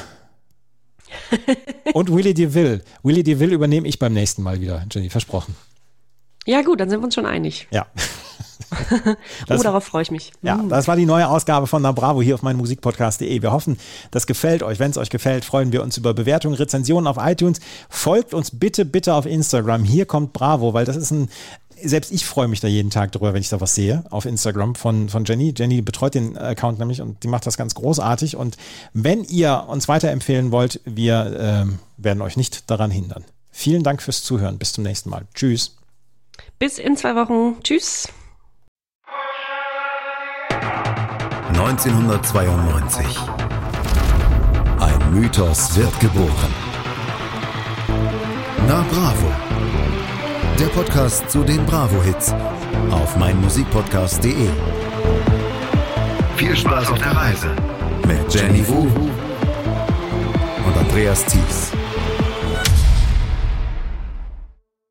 und Willy DeVille. Willy DeVille übernehme ich beim nächsten Mal wieder, Jenny, versprochen. Ja gut, dann sind wir uns schon einig. Ja. Oh, Das- darauf freue ich mich. Ja, das war die neue Ausgabe von Na Bravo hier auf meinmusikpodcast punkt de. Wir hoffen, das gefällt euch. Wenn es euch gefällt, freuen wir uns über Bewertungen, Rezensionen auf iTunes. Folgt uns bitte, bitte auf Instagram. Hier kommt Bravo, weil das ist ein, selbst ich freue mich da jeden Tag drüber, wenn ich da was sehe auf Instagram von, von Jenny. Jenny betreut den Account nämlich und die macht das ganz großartig. Und wenn ihr uns weiterempfehlen wollt, wir ähm, werden euch nicht daran hindern. Vielen Dank fürs Zuhören. Bis zum nächsten Mal. Tschüss. Bis in zwei Wochen. Tschüss. neunzehnhundertzweiundneunzig. Ein Mythos wird geboren. Na Bravo. Der Podcast zu den Bravo-Hits auf meinmusikpodcast punkt de. Viel Spaß auf der Reise mit Jenny Wu und Andreas Thies.